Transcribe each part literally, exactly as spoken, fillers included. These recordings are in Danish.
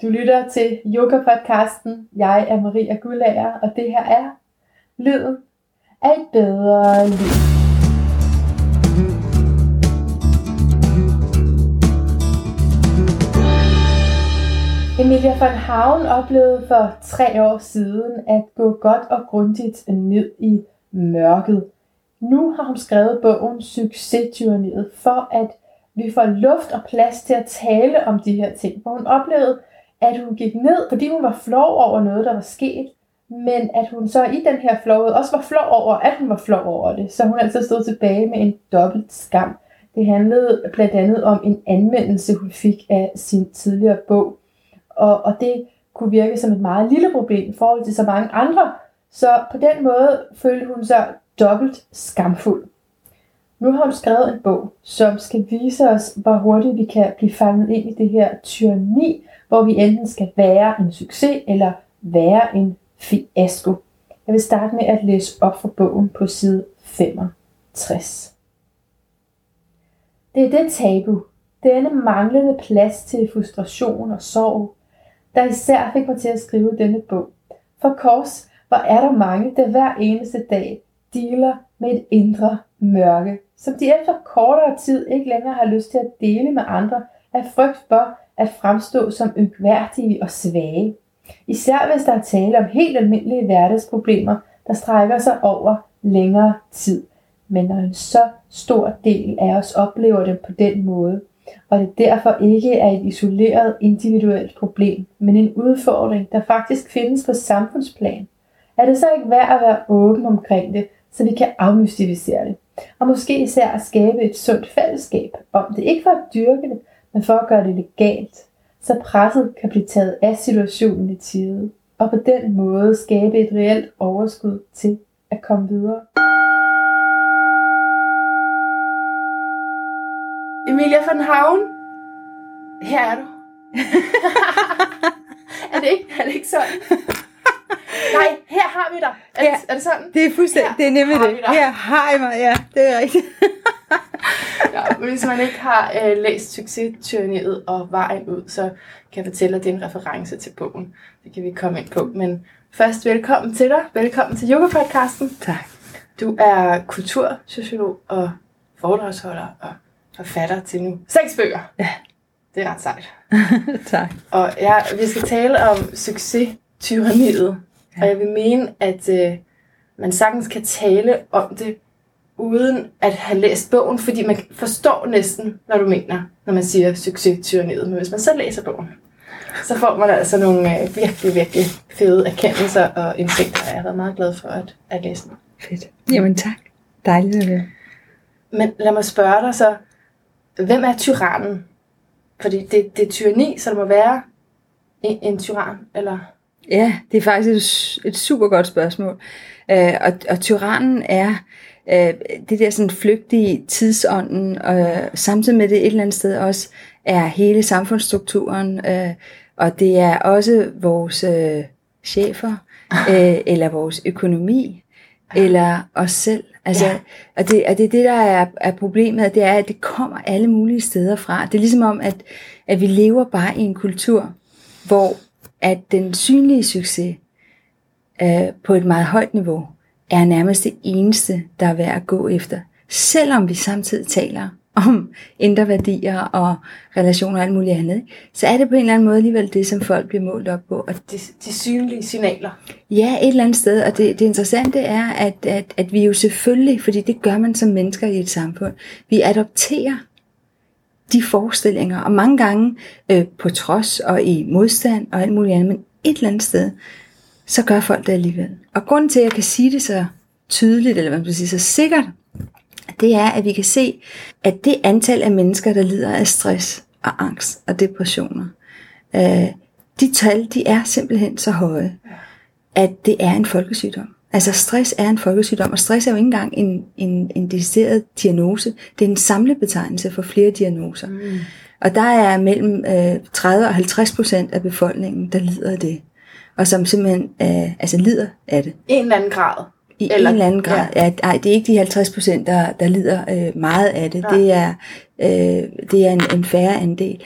Du lytter til Yoga-podcasten. Jeg er Maria Guldager, og det her er Lyden af et bedre liv. Emilia von Hauen oplevede for tre år siden at gå godt og grundigt ned i mørket. Nu har hun skrevet bogen Succestyranniet for at vi får luft og plads til at tale om de her ting. For hun oplevede, at hun gik ned, fordi hun var flov over noget, der var sket, men at hun så i den her flovhed også var flov over, at hun var flov over det. Så hun altså stod tilbage med en dobbelt skam. Det handlede blandt andet om en anmeldelse, hun fik af sin tidligere bog. Og, og det kunne virke som et meget lille problem i forhold til så mange andre. Så på den måde følte hun sig dobbelt skamfuld. Nu har hun skrevet en bog, som skal vise os, hvor hurtigt vi kan blive fanget ind i det her tyranni, hvor vi enten skal være en succes eller være en fiasko. Jeg vil starte med at læse op fra bogen på side femogtres. Det er det tabu, denne manglende plads til frustration og sorg, der især fik mig til at skrive denne bog. For kors, hvor er der mange, der hver eneste dag dealer med et indre mørke, som de efter kortere tid ikke længere har lyst til at dele med andre, af frygt for at fremstå som uværdige og svage. Især hvis der er tale om helt almindelige hverdagsproblemer, der strækker sig over længere tid. Men når en så stor del af os oplever dem på den måde, og det derfor ikke er et isoleret individuelt problem, men en udfordring, der faktisk findes på samfundsplan, er det så ikke værd at være åben omkring det, så vi kan afmystificere det. Og måske især at skabe et sundt fællesskab om det. Ikke for at dyrke det, men for at gøre det legalt. Så presset kan blive taget af situationen i tide. Og på den måde skabe et reelt overskud til at komme videre. Emilia von Hauen, her er du. er, det ikke, er det ikke sådan? Nej, her har vi dig. Er, ja, det, er det sådan? Det er fuldstændig, det er nemlig det. Her har I mig, ja, det er rigtigt. Ja, hvis man ikke har øh, læst Succestyranniet og Vejen ud, så kan jeg fortælle, at det er en reference til bogen. Det kan vi komme ind på. Men først velkommen til dig. Velkommen til Yoga-podcasten. Tak. Du er kultursociolog og foredragsholder og forfatter til nu seks bøger. Ja. Det er ret sejt. Tak. Og ja, vi skal tale om Succestyranniet. Ja. Og jeg vil mene, at øh, man sagtens kan tale om det, uden at have læst bogen, fordi man forstår næsten, hvad du mener, når man siger Succestyranniet. Men hvis man så læser bogen, så får man altså nogle øh, virkelig, virkelig fede erkendelser og indsigter. Jeg har været meget glad for at, at læse den. Fedt. Jamen tak. Dejligt at høre. Men lad mig spørge dig så, hvem er tyrannen? Fordi det, det er tyranni, så der må være en, en tyran, eller... Ja, det er faktisk et, et super godt spørgsmål. Øh, og, og tyrannen er øh, det der sådan flygtige tidsånden, og samtidig med det et eller andet sted også er hele samfundsstrukturen, øh, og det er også vores øh, chefer, øh, eller vores økonomi, eller os selv. Altså, ja. og, det, og det er det, der er, er problemet, det er, at det kommer alle mulige steder fra. Det er ligesom om, at, at vi lever bare i en kultur, hvor at den synlige succes øh, på et meget højt niveau er nærmest det eneste, der er værd at gå efter. Selvom vi samtidig taler om indre værdier og relationer og alt muligt andet, så er det på en eller anden måde alligevel det, som folk bliver målt op på. Og de, de synlige signaler. Ja, et eller andet sted. Og det, det interessante er, at, at, at vi jo selvfølgelig, fordi det gør man som mennesker i et samfund, vi adopterer de forestillinger, og mange gange øh, på trods og i modstand og alt muligt andet, men et eller andet sted, så gør folk det alligevel. Og grunden til, at jeg kan sige det så tydeligt, eller hvad man skal sige, så sikkert, det er, at vi kan se, at det antal af mennesker, der lider af stress og angst og depressioner, øh, de tal, de er simpelthen så høje, at det er en folkesygdom. Altså stress er en folkesygdom, og stress er jo ikke engang en, en, en decideret diagnose. Det er en samlebetegnelse for flere diagnoser. Mm. Og der er mellem øh, tredive og halvtreds procent af befolkningen, der lider af det. Og som simpelthen øh, altså lider af det. En eller anden grad. I eller, en eller anden grad. Ja. Ja, ej, det er ikke de halvtreds procent, der, der lider øh, meget af det. Det er, øh, det er en, en færre andel.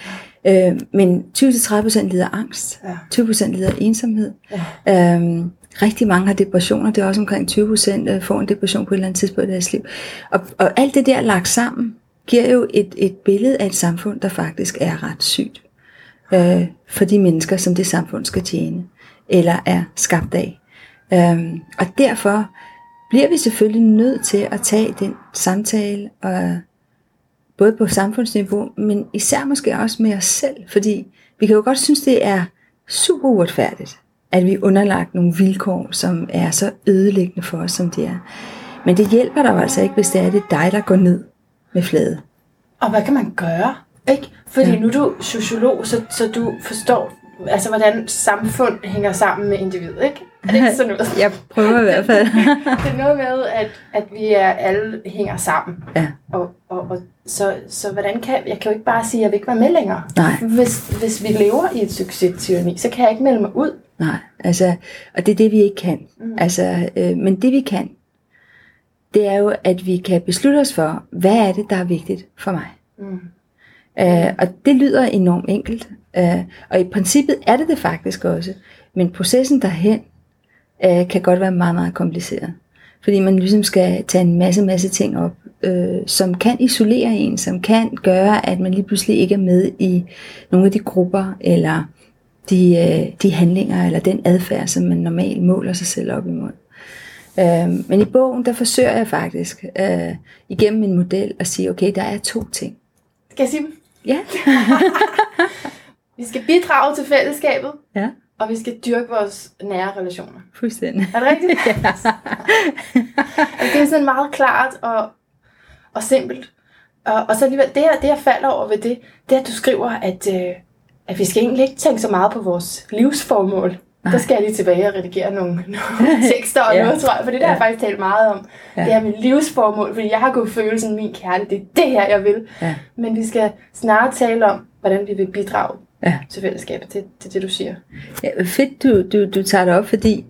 Øh, men tyve til tredive procent lider angst, Ja. tyve procent lider ensomhed. Ja. Øhm, rigtig mange har depressioner, det er også omkring tyve procent får en depression på et eller andet tidspunkt i deres liv. Og, og alt det der lagt sammen, giver jo et, et billede af et samfund, der faktisk er ret sygt. Øh, for de mennesker, som det samfund skal tjene, eller er skabt af. Øhm, og derfor bliver vi selvfølgelig nødt til at tage den samtale, og både på samfundsniveau, men især måske også med os selv, fordi vi kan jo godt synes, det er super uretfærdigt, at vi er underlagt nogle vilkår, som er så ødelæggende for os, som de er. Men det hjælper dig jo altså ikke, hvis det er det dig, der går ned med fladet. Og hvad kan man gøre? Ikke? Fordi ja. Nu er du sociolog, så, så du forstår, altså, hvordan samfund hænger sammen med individet, ikke? Er det ikke sådan noget? Jeg prøver i hvert fald. Det er noget med, at, at vi er, alle hænger sammen. Ja. Og, og, og så, så hvordan kan jeg kan jo ikke bare sige, at jeg vil ikke være med længere. Nej. Hvis, hvis vi lever i et succes-tyranni, så kan jeg ikke melde mig ud. Nej, altså, og det er det, vi ikke kan. Mm. Altså, øh, men det vi kan, det er jo, at vi kan beslutte os for, hvad er det, der er vigtigt for mig. Mm. Øh, og det lyder enormt enkelt. Øh, og i princippet er det det faktisk også. Men processen derhen øh, kan godt være meget, meget kompliceret. Fordi man ligesom skal tage en masse, masse ting op, øh, som kan isolere en, som kan gøre, at man lige pludselig ikke er med i nogle af de grupper, eller de, øh, de handlinger, eller den adfærd, som man normalt måler sig selv op imod. Øh, men i bogen, der forsøger jeg faktisk øh, igennem en model at sige, okay, der er to ting. Skal jeg sige dem? Ja. Vi skal bidrage til fællesskabet, ja. Og vi skal dyrke vores nære relationer. Fuldstændig. Er det rigtigt? Ja. Det er sådan meget klart og, og simpelt. Og, og så alligevel, det jeg, det jeg falder over ved det, det er, at du skriver, at, øh, at vi skal egentlig ikke tænke så meget på vores livsformål. Nej. Der skal jeg lige tilbage og redigere nogle, nogle tekster og ja. noget, tror jeg. For det der ja. har jeg faktisk talt meget om. Ja. Det her med livsformål, fordi jeg har gået følelsen, min kærlighed, det er det her, jeg vil. Ja. Men vi skal snarere tale om, hvordan vi vil bidrage ja. til fællesskabet. Det er det, det, du siger. Ja, fedt, du, du, du tager det op, fordi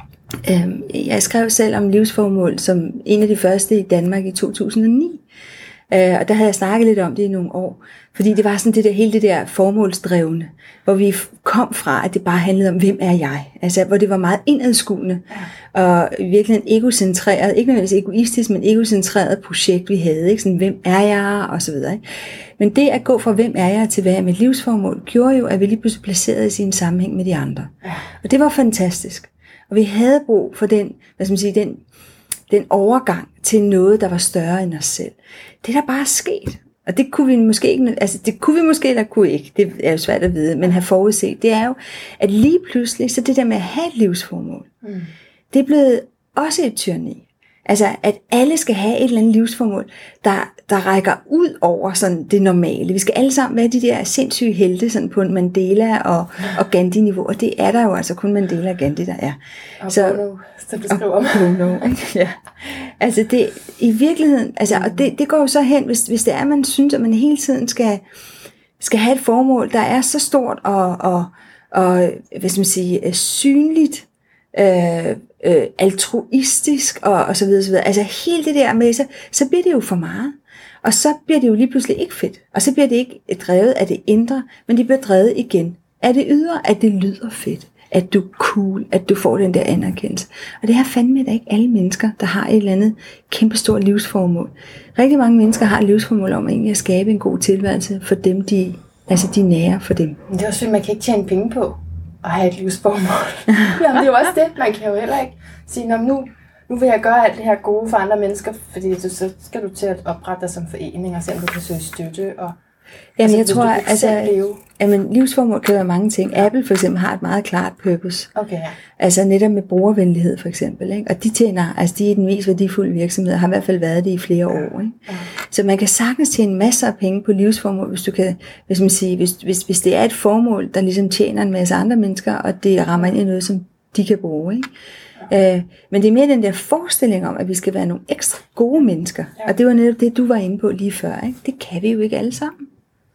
øh, jeg skrev selv om livsformål som en af de første i Danmark i to tusind og ni. Uh, og der havde jeg snakket lidt om det i nogle år, fordi det var sådan det der, hele det der formålsdrevne, hvor vi kom fra, at det bare handlede om, hvem er jeg? Altså, hvor det var meget indadskuende, ja. og virkelig en egocentreret, ikke nødvendigvis egoistisk, men egocentreret projekt, vi havde, ikke? Sådan, hvem er jeg? Og så videre, ikke? Men det at gå fra, hvem er jeg, til hvad er mit livsformål, gjorde jo, at vi lige pludselig placerede os i en sammenhæng med de andre. Ja. Og det var fantastisk. Og vi havde brug for den, hvad skal man sige, den, den overgang til noget, der var større end os selv. Det er der bare sket. Og det kunne vi måske ikke, altså det kunne vi måske eller kunne ikke, det er jo svært at vide, men have forudset, det er jo, at lige pludselig, så det der med at have et livsformål, mm. det er blevet også et tyranni. Altså, at alle skal have et eller andet livsformål, der, der rækker ud over sådan det normale. Vi skal alle sammen være de der sindssyge helte sådan på en Mandela og, og Gandhi-niveau, og det er der jo altså kun Mandela og Gandhi, der er. Og så, Bono, så beskriver og Bono, ja. Altså, det i virkeligheden, altså, og det, det går jo så hen, hvis, hvis det er, man synes, at man hele tiden skal, skal have et formål, der er så stort og, og, og hvad skal man sige, synligt, øh, øh, altruistisk og, og så videre, så videre. Altså hele det der med, så, så bliver det jo for meget. Og så bliver det jo lige pludselig ikke fedt. Og så bliver det ikke drevet af det indre, men det bliver drevet igen af det ydre, at det lyder fedt, at du er cool, at du får den der anerkendelse. Og det her fandme da ikke alle mennesker, der har et eller andet kæmpestort livsformål. Rigtig mange mennesker har et livsformål om egentlig at skabe en god tilværelse for dem, de, altså de nære for dem. Men det er også fordi, man kan ikke tjene penge på at have et livsformål. Jamen, det er jo også det. Man kan jo heller ikke sige, nu, nu vil jeg gøre alt det her gode for andre mennesker, fordi så, så skal du til at oprette dig som forening, og se om du kan søge støtte. Og, jamen, altså, jeg tror, altså, jamen, livsformål kan være mange ting. Ja. Apple for eksempel har et meget klart purpose. Okay, ja. Altså netop med brugervenlighed for eksempel. Ikke? Og de tjener, altså de er den mest værdifulde virksomhed, har i hvert fald været det i flere år. Ikke? Ja. Så man kan sagtens tjene masser af penge på livsformål, hvis du kan, hvis man siger, hvis, hvis, hvis det er et formål, der ligesom tjener en masse andre mennesker, og det rammer ind i noget, som de kan bruge. Ikke? Ja. Øh, men det er mere den der forestilling om, at vi skal være nogle ekstra gode mennesker. Ja. Og det var netop det, du var inde på lige før. Ikke? Det kan vi jo ikke alle sammen.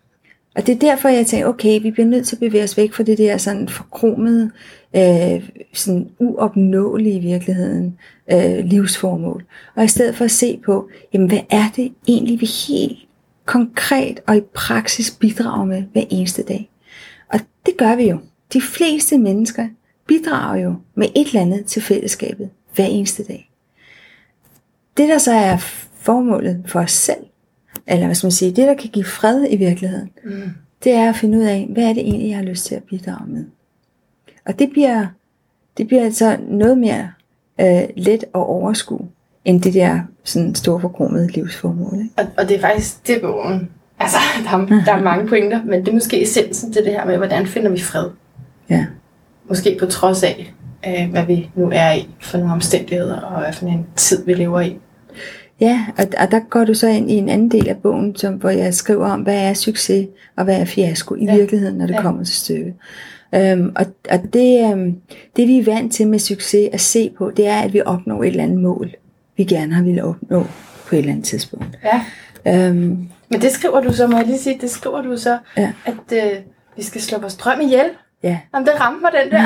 Og det er derfor, jeg tænker, okay, vi bliver nødt til at bevæge os væk fra det der sådan forkromede, øh, sådan uopnåelige i virkeligheden øh, livsformål. Og i stedet for at se på, jamen hvad er det egentlig, vi helt konkret og i praksis bidrager med hver eneste dag. Og det gør vi jo. De fleste mennesker bidrager jo med et eller andet til fællesskabet hver eneste dag. Det der så er formålet for os selv, eller hvad skal man sige, det der kan give fred i virkeligheden, mm. det er at finde ud af, hvad er det egentlig, jeg har lyst til at bidrage med. Og det bliver, det bliver altså noget mere øh, let at overskue, end det der sådan store forkromede livsformål. Ikke? Og, og det er faktisk det bogen. Altså, der er, der er mange pointer, men det er måske essensen til det her med, hvordan finder vi fred. Ja. Måske på trods af, øh, hvad vi nu er i for nogle omstændigheder, og hvad for en tid, vi lever i. Ja, og, og der går du så ind i en anden del af bogen, som, hvor jeg skriver om, hvad er succes, og hvad er fiasko i ja. virkeligheden, når det ja. kommer til stykket. Øhm, og og det, øhm, det vi er vant til med succes at se på, det er, at vi opnår et eller andet mål, vi gerne har ville opnå på et eller andet tidspunkt. Ja. Øhm, Men det skriver du så, må jeg lige sige, det skriver du så, ja. at øh, vi skal slå vores drøm ihjel. Ja. Jamen, det ramte mig, den der.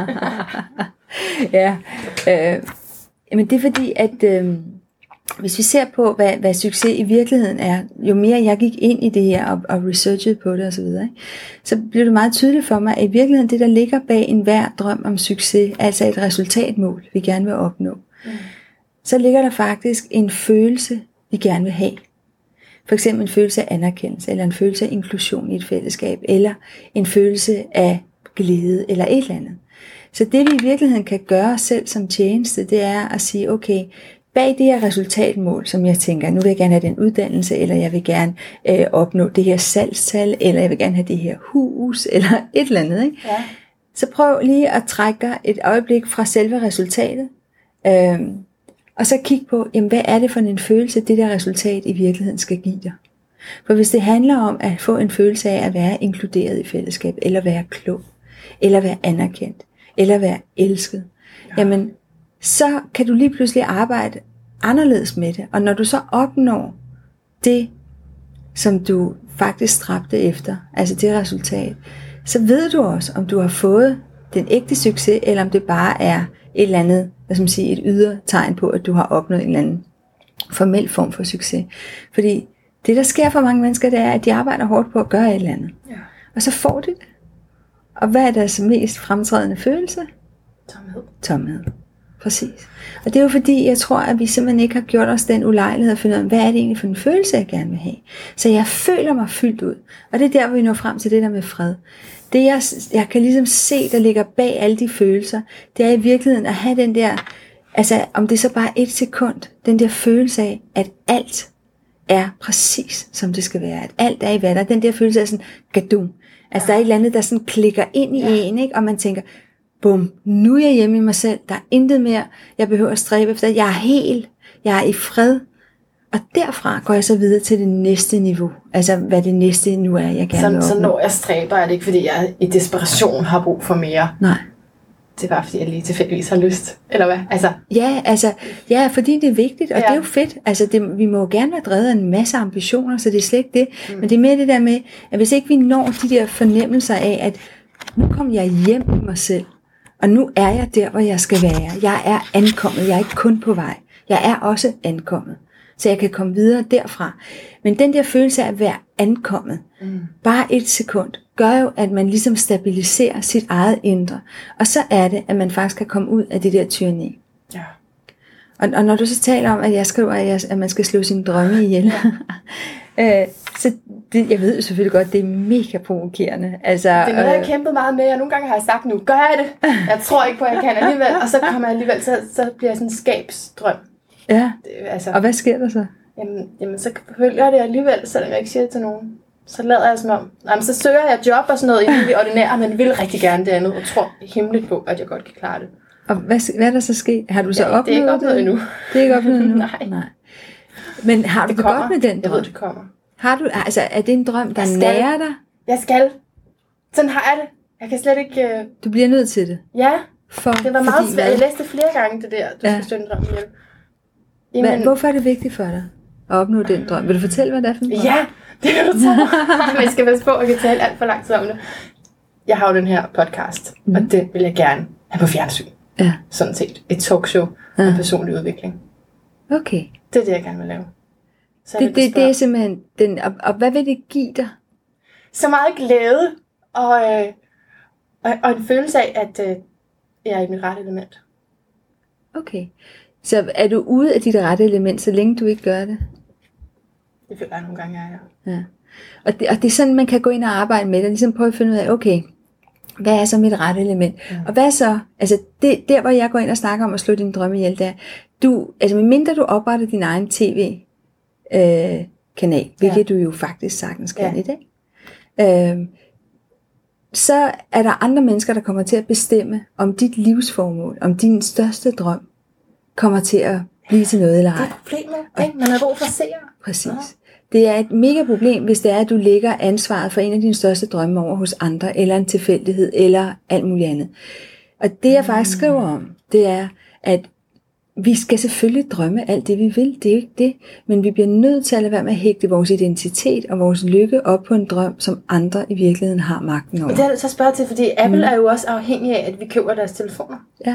ja, øh, men det er fordi, at øh, hvis vi ser på, hvad, hvad succes i virkeligheden er, jo mere jeg gik ind i det her og, og researchede på det osv., så, så blev det meget tydeligt for mig, at i virkeligheden det, der ligger bag enhver drøm om succes, altså et resultatmål, vi gerne vil opnå, mm. så ligger der faktisk en følelse, vi gerne vil have. For eksempel en følelse af anerkendelse, eller en følelse af inklusion i et fællesskab, eller en følelse af glæde, eller et eller andet. Så det vi i virkeligheden kan gøre selv som tjeneste, det er at sige, okay, bag det her resultatmål, som jeg tænker, nu vil jeg gerne have den uddannelse, eller jeg vil gerne øh, opnå det her salgstal, eller jeg vil gerne have det her hus, eller et eller andet. Ikke? Ja. Så prøv lige at trække dig et øjeblik fra selve resultatet, øh, og så kig på, jamen, hvad er det for en følelse, det der resultat i virkeligheden skal give dig. For hvis det handler om at få en følelse af at være inkluderet i fællesskab, eller være klog, eller være anerkendt, eller være elsket, ja. jamen, så kan du lige pludselig arbejde anderledes med det. Og når du så opnår det, som du faktisk stræbte efter, altså det resultat, så ved du også, om du har fået den ægte succes, eller om det bare er et eller andet, hvad skal man sige, et ydre tegn på, at du har opnået en eller anden formel form for succes. Fordi det, der sker for mange mennesker, det er, at de arbejder hårdt på at gøre et eller andet. Ja. Og så får de det. Og hvad er deres mest fremtrædende følelse? Tomhed. Tomhed. Præcis. Og det er jo fordi, jeg tror, at vi simpelthen ikke har gjort os den ulejlighed at finde ud af, hvad er det egentlig for en følelse, jeg gerne vil have. Så jeg føler mig fyldt ud. Og det er der, hvor vi når frem til det der med fred. Det jeg, jeg kan ligesom se, der ligger bag alle de følelser, det er i virkeligheden at have den der, altså om det er så bare et sekund, den der følelse af, at alt er præcis, som det skal være. At alt er i vatter. Den der følelse af sådan, gadum. Altså der er et eller andet, der sådan klikker ind i ja. en, ikke? Og man tænker, bum, nu er jeg hjemme i mig selv, der er intet mere, jeg behøver at stræbe efter, jeg er hel, jeg er i fred, og derfra går jeg så videre til det næste niveau, altså hvad det næste nu er, jeg gerne så, vil opnå. Så når jeg stræber, er det ikke fordi, jeg i desperation har brug for mere? Nej. Det er bare fordi, jeg lige tilfældigvis har lyst, eller hvad? Altså. Ja, altså, ja, fordi det er vigtigt, og ja. det er jo fedt, altså det, vi må jo gerne være drevet af en masse ambitioner, så det er slet ikke det, mm. men det er mere det der med, at hvis ikke vi når de der fornemmelser af, at nu kommer jeg hjem i mig selv, og nu er jeg der, hvor jeg skal være. Jeg er ankommet. Jeg er ikke kun på vej. Jeg er også ankommet. Så jeg kan komme videre derfra. Men den der følelse af at være ankommet, mm. bare et sekund, gør jo, at man ligesom stabiliserer sit eget indre. Og så er det, at man faktisk kan komme ud af det der tyranni. Ja. Og, og når du så taler om, at jeg skriver, at, jeg, at man skal slå sine drømme ihjel, øh, så det, jeg ved jo selvfølgelig godt, det er mega provokerende. Altså, det er noget, jeg har kæmpet meget med, og nogle gange har jeg sagt, nu gør jeg det. Jeg tror ikke på, at jeg kan alligevel. Og så kommer jeg alligevel, så, så bliver jeg sådan en skabsdrøm. Ja, det, altså, og hvad sker der så? Jamen, jamen så følger jeg det alligevel, selvom jeg ikke siger det til nogen. Så lader jeg som om, jamen, så søger jeg job og sådan noget inden det ordinære, men vil rigtig gerne det andet, og tror himmeligt på, at jeg godt kan klare det. Og hvad, hvad er der så sket? Har du så ja, oplevet det? Det er ikke oplevet endnu. Det er ikke oplevet endnu? Nej. Nej. Men har det du det godt med den drøm? Jeg ved, det kommer. Har du, altså, er det en drøm, der nærer dig? Jeg skal. Sådan har jeg det. Jeg kan slet ikke... Uh... Du bliver nødt til det? Ja. For, det var meget svært. Jeg læste flere gange det der, du ja. skal stå en drøm ihjel. Jamen... Hvad, hvorfor er det vigtigt for dig at opnå den drøm? Vil du fortælle, hvad det er for en drøm? Ja, det vil du tro. Men jeg skal passe på, at jeg kan tale alt for lang tid om det. Jeg har jo den her podcast, mm. og den vil jeg gerne have på fjernsyn. Ja. Sådan set. Et talkshow ja. om personlig udvikling. Okay. Det er det, jeg gerne vil lave. Så det, det, det er simpelthen den, og, og hvad vil det give dig? Så meget glæde, og, øh, og, og en følelse af, at øh, jeg er i mit rette element. Okay. Så er du ude af dit rette element, så længe du ikke gør det? Det føler jeg nogle gange, jeg er. Ja. Og det, og det er sådan, man kan gå ind og arbejde med det, og ligesom prøve at finde ud af, okay, hvad er så mit rette element? Ja. Og hvad så, altså det, der hvor jeg går ind og snakker om at slå din drømme ihjel, der, du, altså medmindre du opretter din egen tv-kanal, øh, hvilket ja. du jo faktisk sagtens kan ja. i dag, øh, så er der andre mennesker, der kommer til at bestemme, om dit livsformål, om din største drøm, kommer til at blive til noget eller ej. Det er problemet, ikke? Man har brug for seere. Præcis. Ja. Det er et mega problem, hvis det er, at du lægger ansvaret for en af dine største drømme over hos andre, eller en tilfældighed, eller alt muligt andet. Og det jeg faktisk skriver om, det er, at vi skal selvfølgelig drømme alt det, vi vil. Det er jo ikke det. Men vi bliver nødt til at lade være med at hægte vores identitet og vores lykke op på en drøm, som andre i virkeligheden har magten over. Men det er så spørge til, fordi Apple mm. er jo også afhængig af, at vi køber deres telefoner. Ja.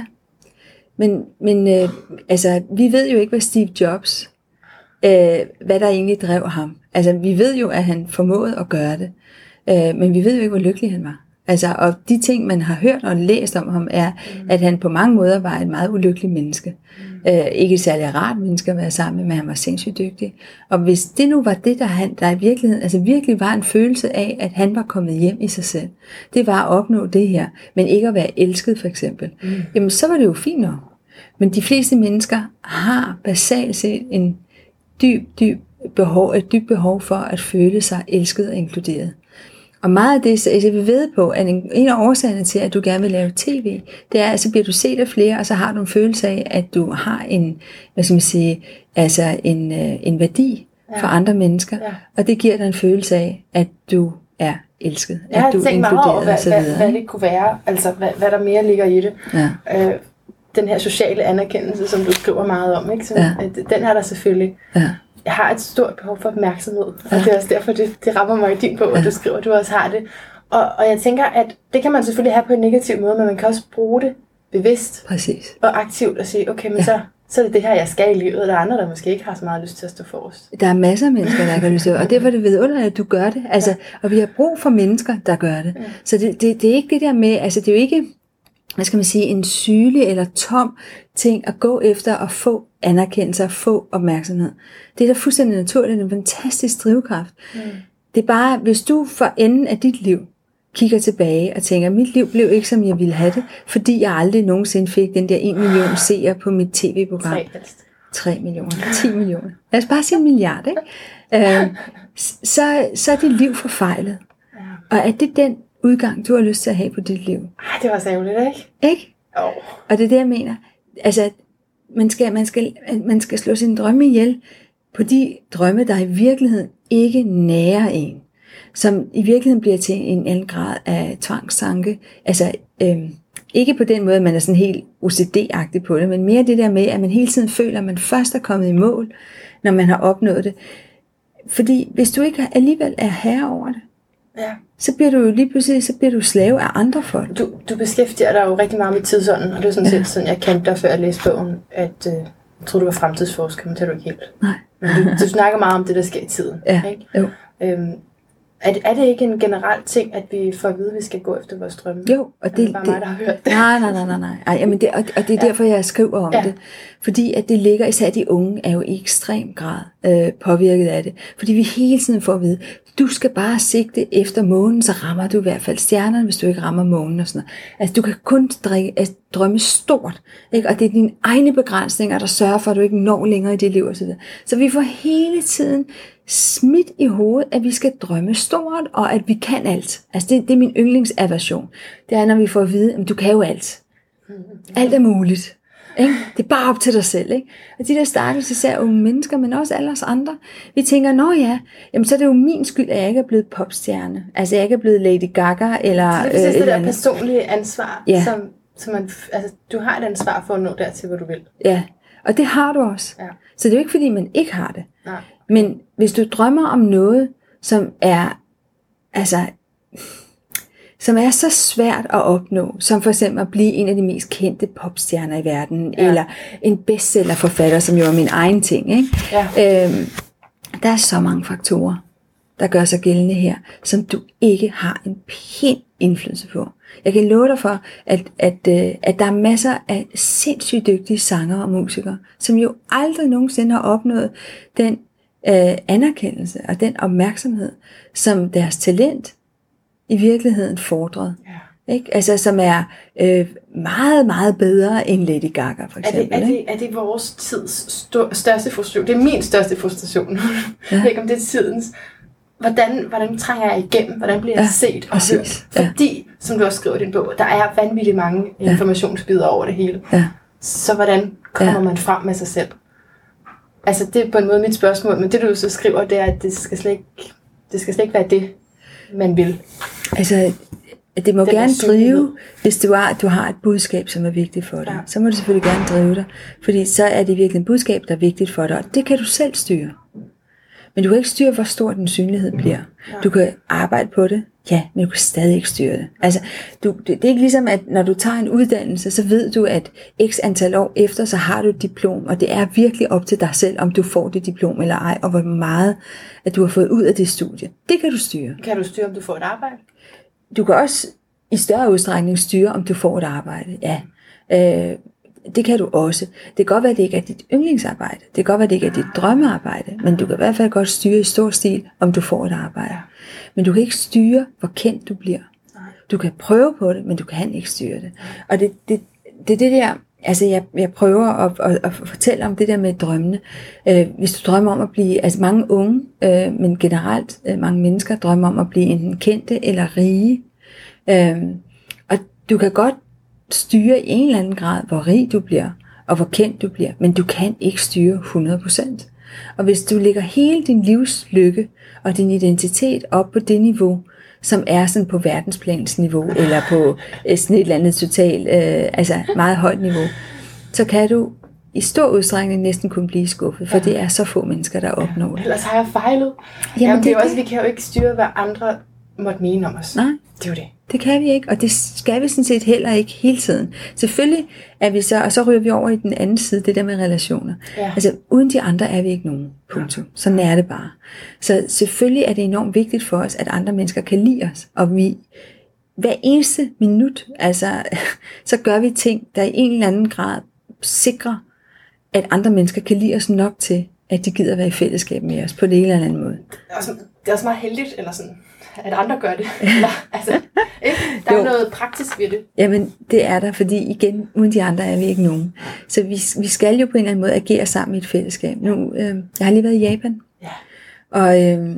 Men, men øh, altså, vi ved jo ikke, hvad Steve Jobs, øh, hvad der egentlig drev ham. Altså, vi ved jo, at han formåede at gøre det. Øh, men vi ved jo ikke, hvor lykkelig han var. Altså, og de ting, man har hørt og læst om ham, er, mm. at han på mange måder var et meget ulykkeligt menneske. Mm. Øh, ikke et særlig rart menneske at være sammen med, men han var sindssygt dygtig. Og hvis det nu var det, der, han, der i virkeligheden, altså virkelig var en følelse af, at han var kommet hjem i sig selv, det var at opnå det her, men ikke at være elsket for eksempel, mm. jamen så var det jo fint nok. Men de fleste mennesker har basalt set en dyb, dyb behov, et dybt behov for at føle sig elsket og inkluderet. Og meget af det, så jeg vil ved på, at en, en af årsagerne til, at du gerne vil lave tv, det er, at så bliver du set af flere, og så har du en følelse af, at du har en, hvad skal man sige, altså en, en værdi ja. for andre mennesker, ja. og det giver dig en følelse af, at du er elsket, jeg at du er inkluderet over, hvad, og så videre. Hvad, hvad det kunne være, altså hvad, hvad der mere ligger i det. Ja. Øh, den her sociale anerkendelse, som du skriver meget om, ikke? Så, ja. den er der selvfølgelig. Ja. Jeg har et stort behov for opmærksomhed, og ja. det er også derfor, det, det rammer mig i din bog, at ja. du skriver, at du også har det. Og, og jeg tænker, at det kan man selvfølgelig have på en negativ måde, men man kan også bruge det bevidst Præcis. og aktivt og sige, okay, men ja. så, så er det det her, jeg skal i livet, og der er andre, der måske ikke har så meget lyst til at stå forrest. Der er masser af mennesker, der ikke har lyst til, og derfor er det vidunderligt, at du gør det. Altså, ja. Og vi har brug for mennesker, der gør det. Ja. Så det, det, det er ikke det der med, altså det er jo ikke, hvad skal man sige, en sygelig eller tom ting at gå efter og få anerkendelse og få opmærksomhed. Det er da fuldstændig naturligt, en fantastisk drivkraft. Mm. Det er bare, hvis du for enden af dit liv kigger tilbage og tænker, mit liv blev ikke, som jeg ville have det, fordi jeg aldrig nogensinde fik den der en million seere på mit tv-program. Tre helst. Tre millioner, ti millioner. Lad os bare sige en milliard, ikke? Øh, så, så er dit liv forfejlet. Ja. Og er det den udgang, du har lyst til at have på dit liv? Ej, det var så ærgerligt, ikke? Ikke? Oh. Og det er det, jeg mener. Altså, man skal, man skal, man skal slå sin drømme ihjel på de drømme, der i virkeligheden ikke nærer en. Som i virkeligheden bliver til en anden grad af tvangstanke. Altså, øhm, ikke på den måde, at man er sådan helt O C D-agtig på det, men mere det der med, at man hele tiden føler, at man først er kommet i mål, når man har opnået det. Fordi hvis du ikke alligevel er herre over det, ja. så bliver du jo lige pludselig så bliver du slave af andre folk. Du, du beskæftiger dig jo rigtig meget med tidsånden, og det er sådan set ja. sådan, jeg kendte dig, før jeg læste bogen, at øh, jeg troede, du var fremtidsforsker, men det er du ikke helt. Nej. Men du, du snakker meget om det, der sker i tiden. Ja, ikke? jo. Øhm, er, det, er det ikke en generel ting, at vi får at vide, at vi skal gå efter vores drømme? Jo, og det er det bare det, mig, der har hørt det? Nej, nej, nej, nej, nej. Ej, jamen det, og, og det er ja. derfor, jeg skriver om ja. det. Fordi at det ligger, især de unge, er jo i ekstrem grad øh, påvirket af det. Fordi vi hele tiden får at vide, du skal bare sigte efter månen, så rammer du i hvert fald stjernerne, hvis du ikke rammer månen og sådan noget. Altså, du kan kun drikke, altså, drømme stort, ikke? Og det er dine egne begrænsninger, der sørger for, at du ikke når længere i dit liv osv. Så vi får hele tiden smidt i hovedet, at vi skal drømme stort, og at vi kan alt. Altså, det, det er min yndlingsaversion. Det er, når vi får at vide, at du kan jo alt. Alt er muligt. Ikke? Det er bare op til dig selv. Ikke? Og de der stakkels især unge mennesker, men også alle os andre, vi tænker, nå ja, jamen, så er det jo min skyld, at jeg ikke er blevet popstjerne. Altså jeg ikke er blevet Lady Gaga, eller... Så det er præcis øh, det der personlige ansvar, ja. som, som man, altså du har et ansvar for at nå dertil, hvor du vil. Ja, og det har du også. Ja. Så det er jo ikke, fordi man ikke har det. Nej. Men hvis du drømmer om noget, som er, altså... som er så svært at opnå, som for eksempel at blive en af de mest kendte popstjerner i verden, ja. eller en bestsellerforfatter, som jo er min egen ting, ikke? Ja. Øhm, Der er så mange faktorer, der gør sig gældende her, som du ikke har en pind indflydelse på. Jeg kan love dig for, at, at, at der er masser af sindssygt dygtige sangere og musikere, som jo aldrig nogensinde har opnået den øh, anerkendelse og den opmærksomhed, som deres talent i virkeligheden fordrede. Ja. Ikke? Altså som er øh, meget, meget bedre end Lady Gaga for eksempel. Er det, er det, er det vores tids st- største frustration? Det er min største frustration. Ja. Jeg ved ikke, om det er tidens. Hvordan, hvordan trænger jeg igennem? Hvordan bliver jeg ja, set og præcis. Hørt? Fordi, ja. Som du også skriver i din bog, der er vanvittigt mange ja. Informationsbidder over det hele. Ja. Så hvordan kommer ja. Man frem med sig selv? Altså, det er på en måde mit spørgsmål, men det du så skriver, det er, at det skal slet ikke, det skal slet ikke være det, man vil. Altså, det må Den gerne drive, hvis du har, du har et budskab, som er vigtigt for dig. Ja. Så må det selvfølgelig gerne drive dig, fordi så er det virkelig et budskab, der er vigtigt for dig, og det kan du selv styre. Men du kan ikke styre, hvor stor den synlighed bliver. Du kan arbejde på det, ja, men du kan stadig ikke styre det. Altså, du, det, det er ikke ligesom, at når du tager en uddannelse, så ved du, at x antal år efter, så har du et diplom, og det er virkelig op til dig selv, om du får det diplom eller ej, og hvor meget, at du har fået ud af det studie. Det kan du styre. Kan du styre, om du får et arbejde? Du kan også i større udstrækning styre, om du får et arbejde, ja. Øh, Det kan du også. Det kan godt være, at det ikke er dit yndlingsarbejde. Det kan godt være, at det ikke er dit drømmearbejde. Men du kan i hvert fald godt styre i stor stil, om du får et arbejde. Men du kan ikke styre, hvor kendt du bliver. Du kan prøve på det, men du kan ikke styre det. Og det, det, det er det der, altså jeg, jeg prøver at, at, at fortælle om det der med drømmene. Øh, hvis du drømmer om at blive, altså mange unge, øh, men generelt øh, mange mennesker drømmer om at blive enten kendte eller rige. Øh, og du kan godt styre i en eller anden grad, hvor rig du bliver, og hvor kendt du bliver, men du kan ikke styre hundrede procent. Og hvis du lægger hele din livslykke og din identitet op på det niveau, som er sådan på verdensplans niveau, eller på sådan et eller andet totalt, øh, altså meget højt niveau, så kan du i stor udstrækning næsten kun blive skuffet, for ja. Det er så få mennesker, der opnår det. Ellers har jeg fejlet. Jamen, Jamen det, det er også, vi kan jo ikke styre, hvad andre måtte mene om os. Nej. Det er jo det. Det kan vi ikke, og det skal vi sådan set heller ikke hele tiden. Selvfølgelig er vi så, og så ryger vi over i den anden side, det der med relationer. Ja. Altså uden de andre er vi ikke nogen, punktum. Sådan er det bare. Så selvfølgelig er det enormt vigtigt for os, at andre mennesker kan lide os, og vi hver eneste minut, altså så gør vi ting, der i en eller anden grad sikrer, at andre mennesker kan lide os nok til, at de gider være i fællesskab med os på det ene eller anden måde. Det er også, det er også meget heldigt, eller sådan, at andre gør det. Eller, altså, ikke? Der er jo noget praktisk ved det. Jamen, det er der, fordi igen, uden de andre er vi ikke nogen. Så vi, vi skal jo på en eller anden måde agere sammen i et fællesskab. Nu, øh, jeg har lige været i Japan, ja. og øh,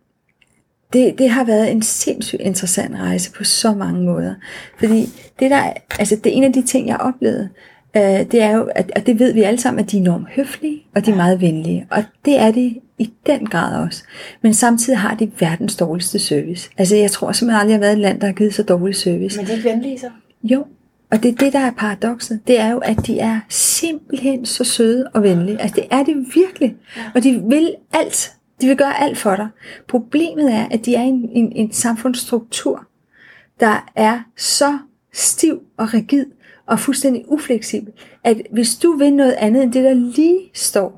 det, det har været en sindssygt interessant rejse på så mange måder. Fordi det, der, altså, det er en af de ting, jeg oplevede, øh, det er jo, at, og det ved vi alle sammen, at de er enormt høflige, og de er meget venlige. Og det er de i den grad også. Men samtidig har de verdens dårligste service. Altså jeg tror simpelthen aldrig, jeg har været et land, der har givet så dårlig service. Men det er ikke venlige så? Jo, og det er det, der er paradokset. Det er jo, at de er simpelthen så søde og venlige. Altså det er de virkelig. Ja. Og de vil alt. De vil gøre alt for dig. Problemet er, at de er en, en, en samfundsstruktur, der er så stiv og rigid og fuldstændig ufleksibel, at hvis du vil noget andet end det, der lige står,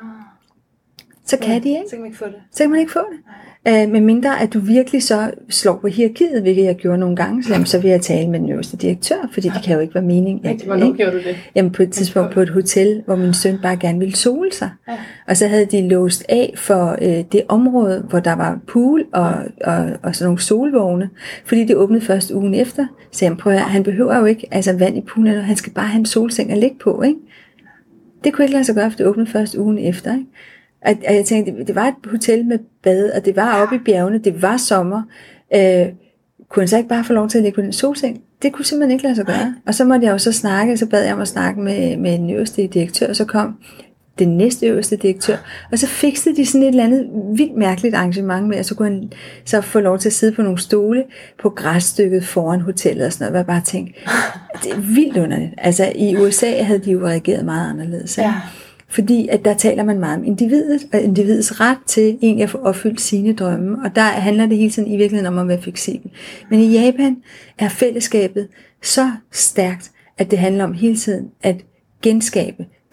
så kan ja, de ikke. Så kan man ikke få det. Så kan man ikke få det. Øh, med mindre at du virkelig så slår på hierarkiet, hvilket jeg gjorde nogle gange, så, jamen, så vil jeg tale med den øverste direktør, fordi det kan jo ikke være meningen. At, Hvornår gjorde du det? Jamen på et tidspunkt på et hotel, hvor min søn bare gerne ville sole sig. Ja. Og så havde de låst af for øh, det område, hvor der var pool og, og, og sådan nogle solvogne, fordi det åbnede først ugen efter. Så jeg prøver, han behøver jo ikke altså vand i poolen, han skal bare have en solseng at ligge på, ikke? Det kunne ikke lade sig gøre, for det åbnede først ugen efter, ikke? Og jeg tænkte, det var et hotel med bad, og det var oppe i bjergene, det var sommer. Øh, kunne han så ikke bare få lov til at ligge på den solseng? Det kunne simpelthen ikke lade sig gøre. Og så måtte jeg jo så snakke, så bad jeg om at snakke med, med den øverste direktør, og så kom den næste øverste direktør, og så fikste de sådan et eller andet vildt mærkeligt arrangement med, at så kunne han så få lov til at sidde på nogle stole på græsstykket foran hotellet og sådan noget, hvor jeg bare tænkte, det er vildt underligt. Altså i U S A havde de jo reageret meget anderledes. Ja. Fordi at der taler man meget om individet, og individets ret til egentlig at få opfyldt sine drømme. Og der handler det hele tiden i virkeligheden om at være fleksibel. Men i Japan er fællesskabet så stærkt, at det handler om hele tiden at genskabe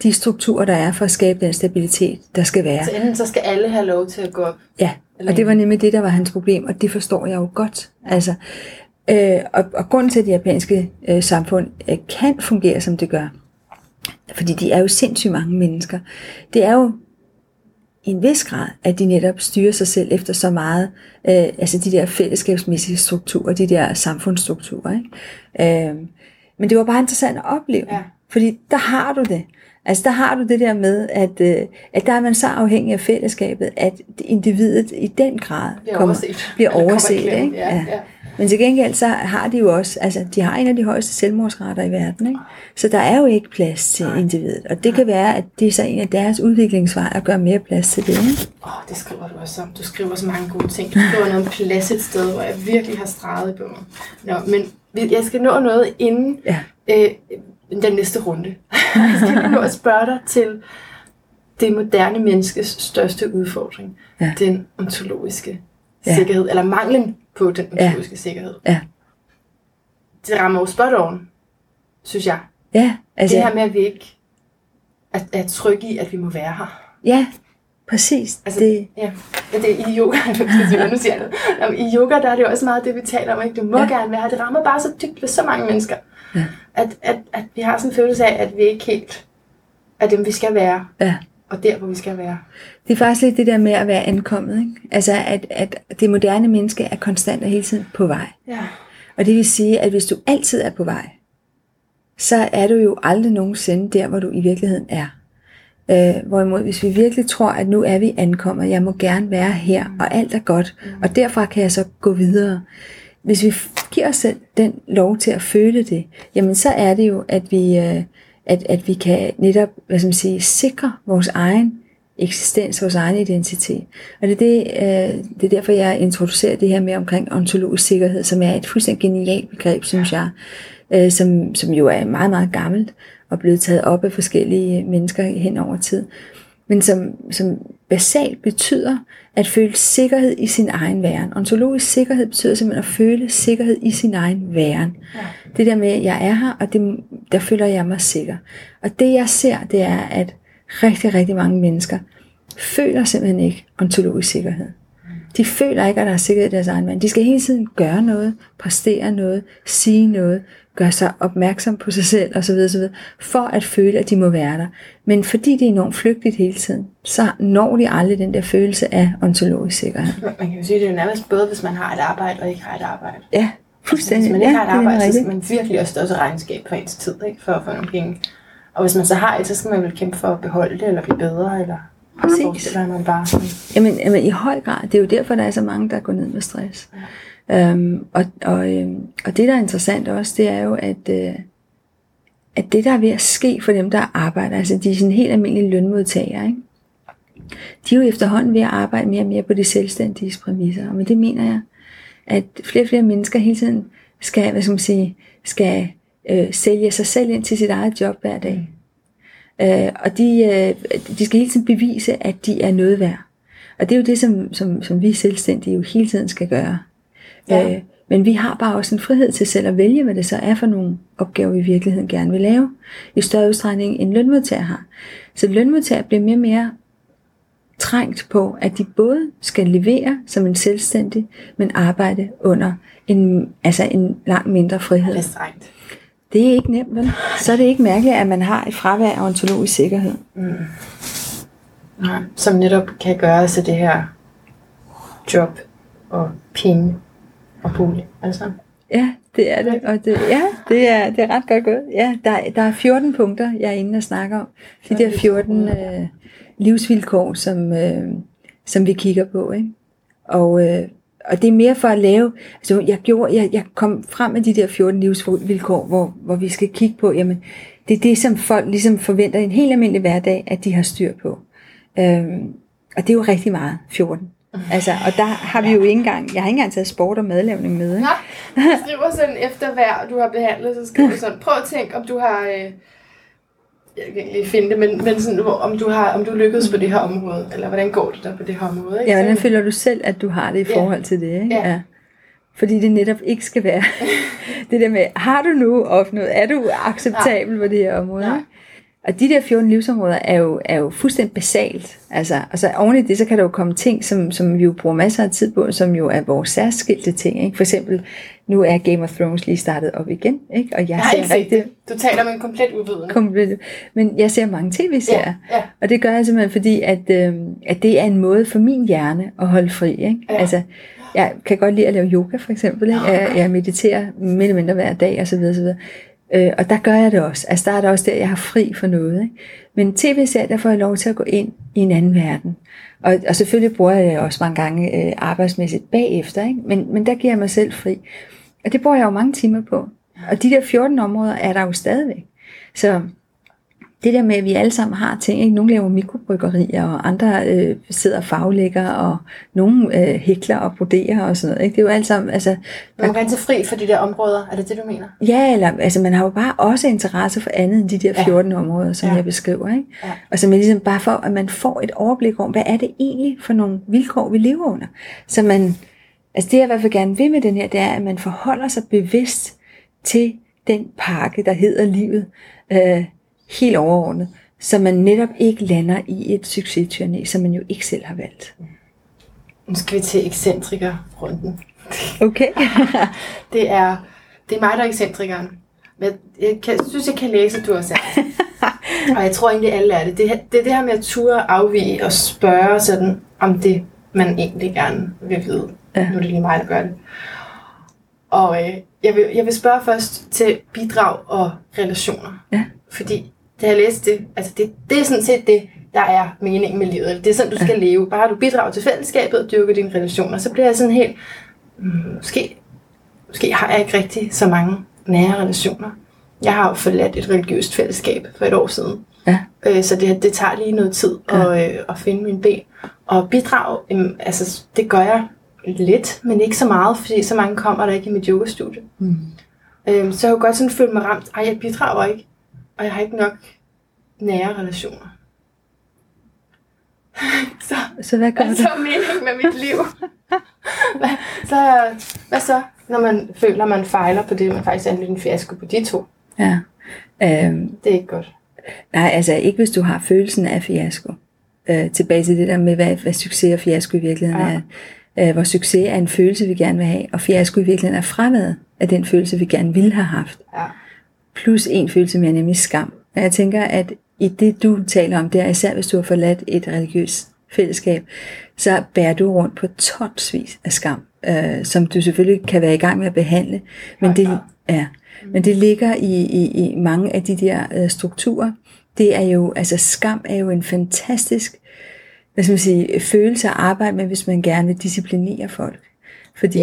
de strukturer, der er for at skabe den stabilitet, der skal være. Så enten så skal alle have lov til at gå op? Ja, og det var nemlig det, der var hans problem, og det forstår jeg jo godt. Altså, øh, og, og grunden til, at de japanske øh, samfund øh, kan fungere, som det gør, fordi de er jo sindssygt mange mennesker, det er jo i en vis grad, at de netop styrer sig selv efter så meget, øh, altså de der fællesskabsmæssige strukturer, de der samfundsstrukturer, ikke? Øh, men det var bare interessant at opleve, ja. Fordi der har du det. Altså der har du det der med, at, øh, at der er man så afhængig af fællesskabet, at individet i den grad bliver kommer, overset. Bliver overset ikke? Ja, ja. Men til gengæld så har de jo også, altså de har en af de højeste selvmordsrater i verden, ikke? Så der er jo ikke plads til individet, og det kan være, at det er så en af deres udviklingsveje at gøre mere plads til det. Åh, oh, det skriver du også om. Du skriver så mange gode ting. Du skriver noget om plads et sted, hvor jeg virkelig har streget i bogen. Nå, men jeg skal nå noget inden ja. øh, den næste runde. Jeg skal lige nå at spørge dig til det moderne menneskes største udfordring. Ja. Den ontologiske ja. sikkerhed, eller manglen på den ontologiske ja. sikkerhed. Ja. Det rammer jo spot on, synes jeg. Ja, altså, det her med, at vi ikke er, er trygge i, at vi må være her. Ja, præcis. Altså, det... Ja, det er i yoga, nu siger jeg noget. I yoga, der er det jo også meget det, vi taler om. Ikke? Du må ja. gerne være her. Det rammer bare så dybt ved så mange mennesker. Ja. At, at, at vi har sådan en følelse af, at vi ikke helt er dem, vi skal være. Ja. Og der, hvor vi skal være. Det er faktisk lidt det der med at være ankommet. Ikke? Altså, at, at det moderne menneske er konstant og hele tiden på vej. Ja. Og det vil sige, at hvis du altid er på vej, så er du jo aldrig nogensinde der, hvor du i virkeligheden er. Øh, hvorimod, hvis vi virkelig tror, at nu er vi ankommet, jeg må gerne være her, og alt er godt, mm. og derfra kan jeg så gå videre. Hvis vi giver os selv den lov til at føle det, jamen så er det jo, at vi, øh, at, at vi kan netop, hvad skal man sige, sikre vores egen eksistens, vores egen identitet. Og det er, det, øh, det er derfor, jeg introducerer det her med omkring ontologisk sikkerhed, som er et fuldstændig genialt begreb, synes jeg, øh, som, som jo er meget, meget gammelt, og blevet taget op af forskellige mennesker hen over tid, men som, som basalt betyder at føle sikkerhed i sin egen væren. Ontologisk sikkerhed betyder simpelthen at føle sikkerhed i sin egen væren. Ja. Det der med, at jeg er her, og det, der føler jeg mig sikker. Og det jeg ser, det er, at rigtig, rigtig mange mennesker føler simpelthen ikke ontologisk sikkerhed. De føler ikke, at der er sikkerhed i deres egen væren. De skal hele tiden gøre noget, præstere noget, sige noget, gøre sig opmærksom på sig selv osv. osv. for at føle, at de må være der. Men fordi det er enormt flygtigt hele tiden, så når de aldrig den der følelse af ontologisk sikkerhed. Man kan jo sige, at det er nærmest både, hvis man har et arbejde og ikke har et arbejde. Ja, fuldstændig. Hvis man ikke ja, har et arbejde, så skal man virkelig også stå til regnskab for ens tid, ikke? For at få nogle penge. Og hvis man så har et, så skal man vel kæmpe for at beholde det, eller blive bedre, eller... Præcis. Man bare jamen, jamen i høj grad, det er jo derfor, der er så mange, der går ned med stress. Ja. Øhm, og, og, øhm, og det, der er interessant også, det er jo, at, øh, at det, der er ved at ske for dem, der arbejder, altså de er sådan helt almindelige lønmodtagere, ikke? De er jo efterhånden ved at arbejde mere og mere på de selvstændige præmisser. Og med det mener jeg, at flere og flere mennesker hele tiden skal, hvad skal man sige, skal øh, sælge sig selv ind til sit eget job hver dag. Uh, og de, uh, de skal hele tiden bevise, at de er noget værd. Og det er jo det, som, som, som vi selvstændige jo hele tiden skal gøre. Ja. Uh, men vi har bare også en frihed til selv at vælge, hvad det så er for nogle opgaver, vi i virkeligheden gerne vil lave. I større udstrækning end lønmodtager har. Så lønmodtager bliver mere og mere trængt på, at de både skal levere som en selvstændig, men arbejde under en, altså en langt mindre frihed. Det er strengt. Det er ikke nemt, vel? Så er det ikke mærkeligt, at man har et fravær af ontologisk sikkerhed. Mm. Ja, som netop kan gøre til det her job og penge og bolig. Altså. Ja, det er det. Og det, ja, det er, det er ret godt gået. Ja, der, der er fjorten punkter, jeg er inde og snakker om. De der fjorten øh, livsvilkår, som, øh, som vi kigger på. Ikke? Og... Øh, Og det er mere for at lave, altså jeg, gjorde, jeg, jeg kom frem med de der fjorten livsvilkår, hvor, hvor vi skal kigge på, jamen det er det, som folk ligesom forventer i en helt almindelig hverdag, at de har styr på. Øhm, og det er jo rigtig meget, fjorten. Altså, og der har vi jo ikke engang, jeg har ikke engang taget sport og madlavning med. Ikke? Nej, du skriver sådan efter hver du har behandlet, så skriver du sådan, prøv at tænke, om du har... Øh jeg kan ikke lige finde det, men, men sådan, om du har, om du lykkedes på det her område, eller hvordan går det der på det her område? Ikke? Ja, hvordan føler du selv, at du har det i forhold ja. til det? Ikke? Ja. Ja. Fordi det netop ikke skal være det der med, har du nu opnået, er du acceptabel på det her område? Og de der fjorten livsområder er jo, er jo fuldstændig basalt. Altså, og så oven i det, så kan der jo komme ting, som, som vi jo bruger masser af tid på, som jo er vores særskilte ting. Ikke? For eksempel, nu er Game of Thrones lige startet op igen. Ikke? Og jeg, jeg har ikke rigtig, det. Du taler med en komplet uvidende. Komplet, men jeg ser mange tv-serier. Ja, ja. Og det gør jeg simpelthen, fordi at, øh, at det er en måde for min hjerne at holde fri. Ikke? Ja. Altså, jeg kan godt lide at lave yoga, for eksempel. Ikke? Jeg, jeg mediterer mere eller mindre hver dag, og så videre, så videre. Øh, og der gør jeg det også. Altså der er det også der, jeg har fri for noget. Ikke? Men tv-serier, der får jeg lov til at gå ind i en anden verden. Og, og selvfølgelig bruger jeg det også mange gange øh, arbejdsmæssigt bagefter. Ikke? Men, men der giver jeg mig selv fri. Og det bruger jeg jo mange timer på. Og de der fjorten områder er der jo stadigvæk. Så det der med, at vi alle sammen har ting, ikke? Nogle laver mikrobryggerier, og andre øh, sidder og faglægger, og nogle øh, hækler og broderer og sådan noget. Ikke? Det er jo alt sammen... Altså, man må gerne tage fri for de der områder, er det det, du mener? Ja, eller altså, man har jo bare også interesse for andet end de der fjorten ja. områder, som ja. jeg beskriver. Ikke? Ja. Og så man ligesom bare for, at man får et overblik om, hvad er det egentlig for nogle vilkår, vi lever under. Så man... Altså det, jeg i hvert fald gerne vil med den her, det er, at man forholder sig bevidst til den pakke, der hedder livet, øh, helt overordnet, så man netop ikke lander i et succesturné, som man jo ikke selv har valgt. Nu skal vi til ekscentriker-runden. Okay. det, er, det er mig, der er ekscentrikeren. Men jeg kan, synes, jeg kan læse, at du også er det. Og jeg tror egentlig, alle er det. Det, det er det her med at ture afvige og spørge sådan, om det, man egentlig gerne vil vide. Ja. Nu er det lige mig, der gør det. Og øh, jeg, vil, jeg vil spørge først til bidrag og relationer. Ja. Fordi da jeg læste det, altså det, det er sådan set det, der er meningen med livet. Det er sådan, du skal ja. leve. Bare du bidrager til fællesskabet og dyrker dine relationer, så bliver jeg sådan helt, mm, måske, måske har jeg ikke rigtig så mange nære relationer. Jeg har jo forladt et religiøst fællesskab for et år siden. Ja. Øh, så det, det tager lige noget tid ja. at, øh, at finde mine ben. Og bidrag, øh, altså det gør jeg lidt, men ikke så meget, fordi så mange kommer der ikke i mit yogastudie. Mm. Øh, så jeg kunne godt sådan føle mig ramt. Ej, jeg bidrager ikke. Og jeg har ikke nok nære relationer. så, så hvad gør hvad du? så meningen med mit liv? hvad, så, hvad så, når man føler, man fejler på det, man faktisk er en lille fiasko på de to? Ja. Øhm, det er ikke godt. Nej, altså ikke hvis du har følelsen af fiasko. Øh, tilbage til det der med, hvad, hvad succes og fiasko i virkeligheden ja. er. Øh, hvor succes er en følelse, vi gerne vil have, og fiasko i virkeligheden er fraværet af den følelse, vi gerne ville have haft. Ja. Plus en følelse mere, nemlig skam. Og jeg tænker, at i det, du taler om der, især hvis du har forladt et religiøst fællesskab, så bærer du rundt på tonsvis af skam, øh, som du selvfølgelig kan være i gang med at behandle, men det, ja, men det ligger i, i, i mange af de der øh, strukturer. Det er jo, altså skam er jo en fantastisk, hvad skal man sige, følelse at arbejde med, hvis man gerne vil disciplinere folk. Fordi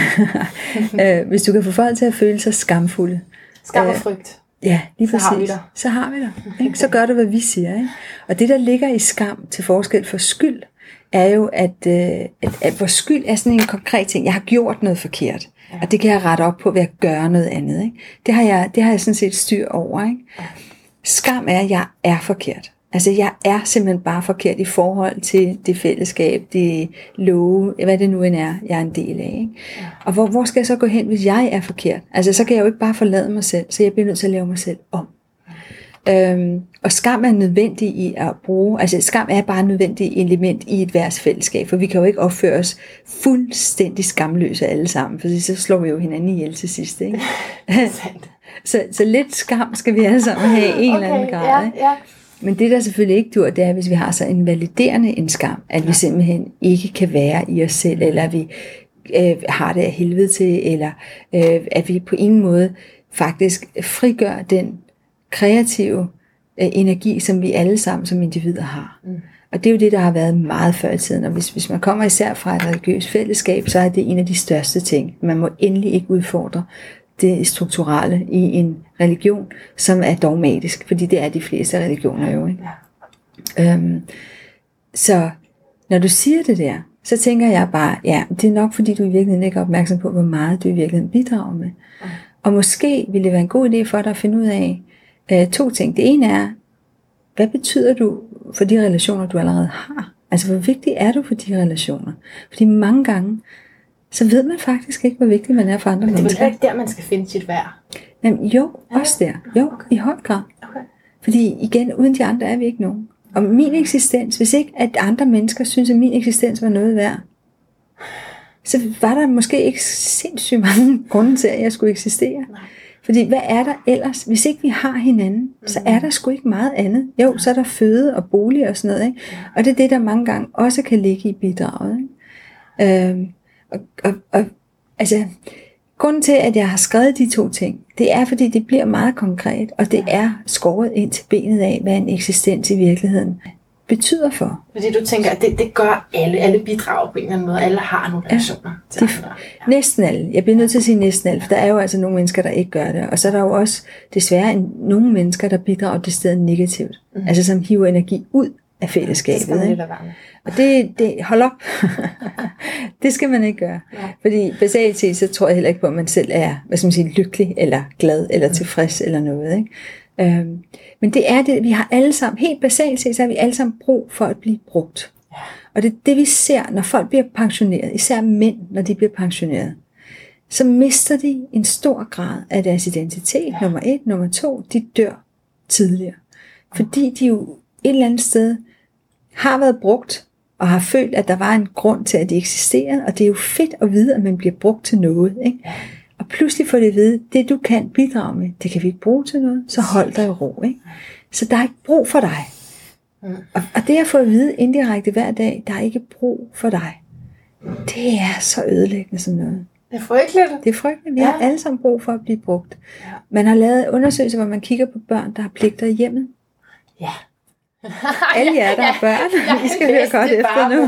ja. øh, hvis du kan få folk til at føle sig skamfulde, skam og frygt. Ja, lige så præcis. Har vi dig. Så har vi dig. Ikke? Så gør du, hvad vi siger. Ikke? Og det, der ligger i skam til forskel for skyld, er jo, at, øh, at, at vores skyld er sådan en konkret ting. Jeg har gjort noget forkert, ja. Og det kan jeg rette op på ved at gøre noget andet. Ikke? Det, har jeg, det har jeg sådan set styr over. Ikke? Ja. Skam er, at jeg er forkert. Altså, jeg er simpelthen bare forkert i forhold til det fællesskab, det love, hvad det nu end er, jeg er en del af. Ikke? Ja. Og hvor, hvor skal jeg så gå hen, hvis jeg er forkert? Altså, så kan jeg jo ikke bare forlade mig selv, så jeg bliver nødt til at lave mig selv om. Ja. Øhm, og skam er nødvendig i at bruge, altså skam er bare en nødvendig element i et værts fællesskab, for vi kan jo ikke opføre os fuldstændig skamløse alle sammen, for så slår vi jo hinanden ihjel til sidst. Ikke? så, så lidt skam skal vi alle sammen have i en okay, eller anden grad. Ja, ja. Men det, der selvfølgelig ikke dur, det er, hvis vi har så en validerende en skam, at ja. vi simpelthen ikke kan være i os selv, eller vi øh, har det af helvede til, eller øh, at vi på ingen måde faktisk frigør den kreative øh, energi, som vi alle sammen som individer har. Mm. Og det er jo det, der har været meget før i tiden. Og hvis, hvis man kommer især fra et religiøst fællesskab, så er det en af de største ting. Man må endelig ikke udfordre det strukturelle i en religion, som er dogmatisk, fordi det er de fleste religioner jo. Ikke? Ja. Øhm, så når du siger det der, så tænker jeg bare, ja, det er nok fordi du i virkeligheden ikke er opmærksom på, hvor meget du i virkeligheden bidrager med. Ja. Og måske ville det være en god idé for dig at finde ud af øh, to ting. Det ene er, hvad betyder du for de relationer, du allerede har? Altså, hvor vigtig er du for de relationer? Fordi mange gange, så ved man faktisk ikke, hvor vigtig man er for andre mennesker. Men det er vel ikke der, man skal finde sit værd? Jamen, jo, ja. Også der. Jo, i høj grad. Okay. Fordi igen, uden de andre er vi ikke nogen. Og min eksistens, hvis ikke at andre mennesker synes, at min eksistens var noget værd, så var der måske ikke sindssygt mange grunde til, at jeg skulle eksistere. Nej. Fordi hvad er der ellers? Hvis ikke vi har hinanden, mm. så er der sgu ikke meget andet. Jo, så er der føde og bolig og sådan noget. Ikke? Ja. Og det er det, der mange gange også kan ligge i bidraget. Ikke? Øhm, og, og, og altså, grunden til, at jeg har skrevet de to ting, det er, fordi det bliver meget konkret, og det er skåret ind til benet af, hvad en eksistens i virkeligheden betyder for. Fordi du tænker, at det, det gør alle, alle bidrager på en eller anden måde, alle har nogle relationer ja, til de, andre. Ja. Næsten alle. Jeg bliver nødt til at sige næsten alle, for der er jo altså nogle mennesker, der ikke gør det, og så er der jo også desværre en, nogle mennesker, der bidrager det stedet negativt, mm. altså som hiver energi ud af fællesskabet. Det skal man ikke være. Og det, det hold op. Det skal man ikke gøre. Ja. Fordi basalt set, så tror jeg heller ikke på, at man selv er, hvad skal man sige, lykkelig, eller glad, eller tilfreds, eller noget, ikke? Øhm, men det er det, vi har alle sammen, helt basalt set, så har vi alle sammen brug for at blive brugt. Ja. Og det er det, vi ser, når folk bliver pensioneret, især mænd, når de bliver pensioneret, så mister de en stor grad af deres identitet, ja. nummer et. Nummer to, de dør tidligere. Fordi de jo et eller andet sted har været brugt, og har følt, at der var en grund til, at de eksisterede, og det er jo fedt at vide, at man bliver brugt til noget, ikke? Ja. Og pludselig får det at vide, det du kan bidrage med, det kan vi ikke bruge til noget, så hold dig i ro, ikke? Så der er ikke brug for dig. Mm. Og, og det at få at vide indirekte hver dag, der er ikke brug for dig, det er så ødelæggende som noget. Det er frygteligt. Det er frygteligt. Vi ja. har alle sammen brug for at blive brugt. Ja. Man har lavet undersøgelser, hvor man kigger på børn, der har pligter i hjemmet. Ja. Alle jer, der har børn, ja, I skal høre godt efter nu.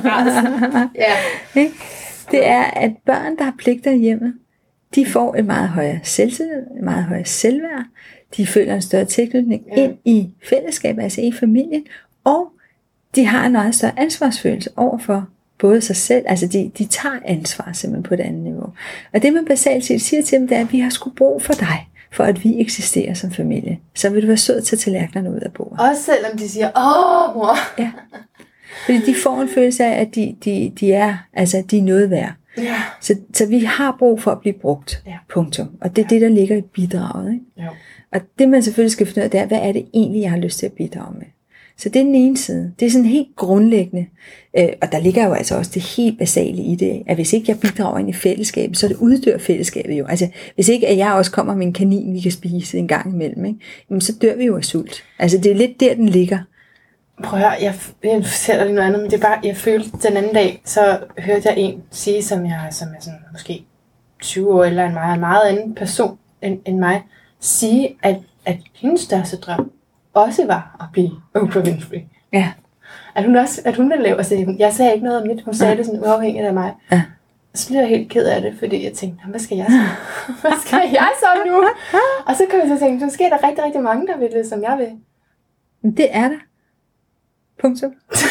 Ja. Det er, at børn, der har pligter i hjemmet, de får et meget højere selvtillid, et meget højere selvværd, de føler en større tilknytning ja. ind i fællesskabet, altså i familien, og de har en meget større ansvarsfølelse overfor både sig selv, altså de, de tager ansvar simpelthen på et andet niveau. Og det man basalt set siger til dem, det er, at vi har sgu brug for dig, for at vi eksisterer som familie. Så vil du være sød til at tage tallerkenerne ud af bordet. Også selvom de siger, åh mor. Ja, fordi de får en følelse af, at de, de, de er, altså de er noget værd. Ja. Så, så vi har brug for at blive brugt. Ja. Punktum. Og det er ja. det, der ligger i bidraget. Ikke? Ja. Og det man selvfølgelig skal finde ud af, det er, hvad er det egentlig, jeg har lyst til at bidrage med. Så det er den ene side. Det er sådan helt grundlæggende. Øh, og der ligger jo altså også det helt basale i det, at hvis ikke jeg bidrager ind i fællesskabet, så det uddør fællesskabet jo. Altså hvis ikke at jeg også kommer med en kanin, vi kan spise en gang imellem, ikke? Jamen, så dør vi jo af sult. Altså det er lidt der, den ligger. Prøv at høre, jeg, jeg fortæller lige noget andet, men det er bare, jeg følte den anden dag, så hørte jeg en sige, som jeg som er sådan, måske tyve år eller en meget, en meget anden person end, end mig, sige, at, at hendes største drøm også var at blive Oprah Winfrey. Ja. At hun også, at hun ville lave, altså, jeg sagde ikke noget om det, hun sagde ja. det sådan uafhængigt af mig. Ja. Så blev jeg helt ked af det, fordi jeg tænkte, hvad skal jeg så? Hvad skal jeg så nu? Og så kom jeg til at tænke, måske er der rigtig, rigtig mange, der vil det, som jeg vil. Det er der. Punktum.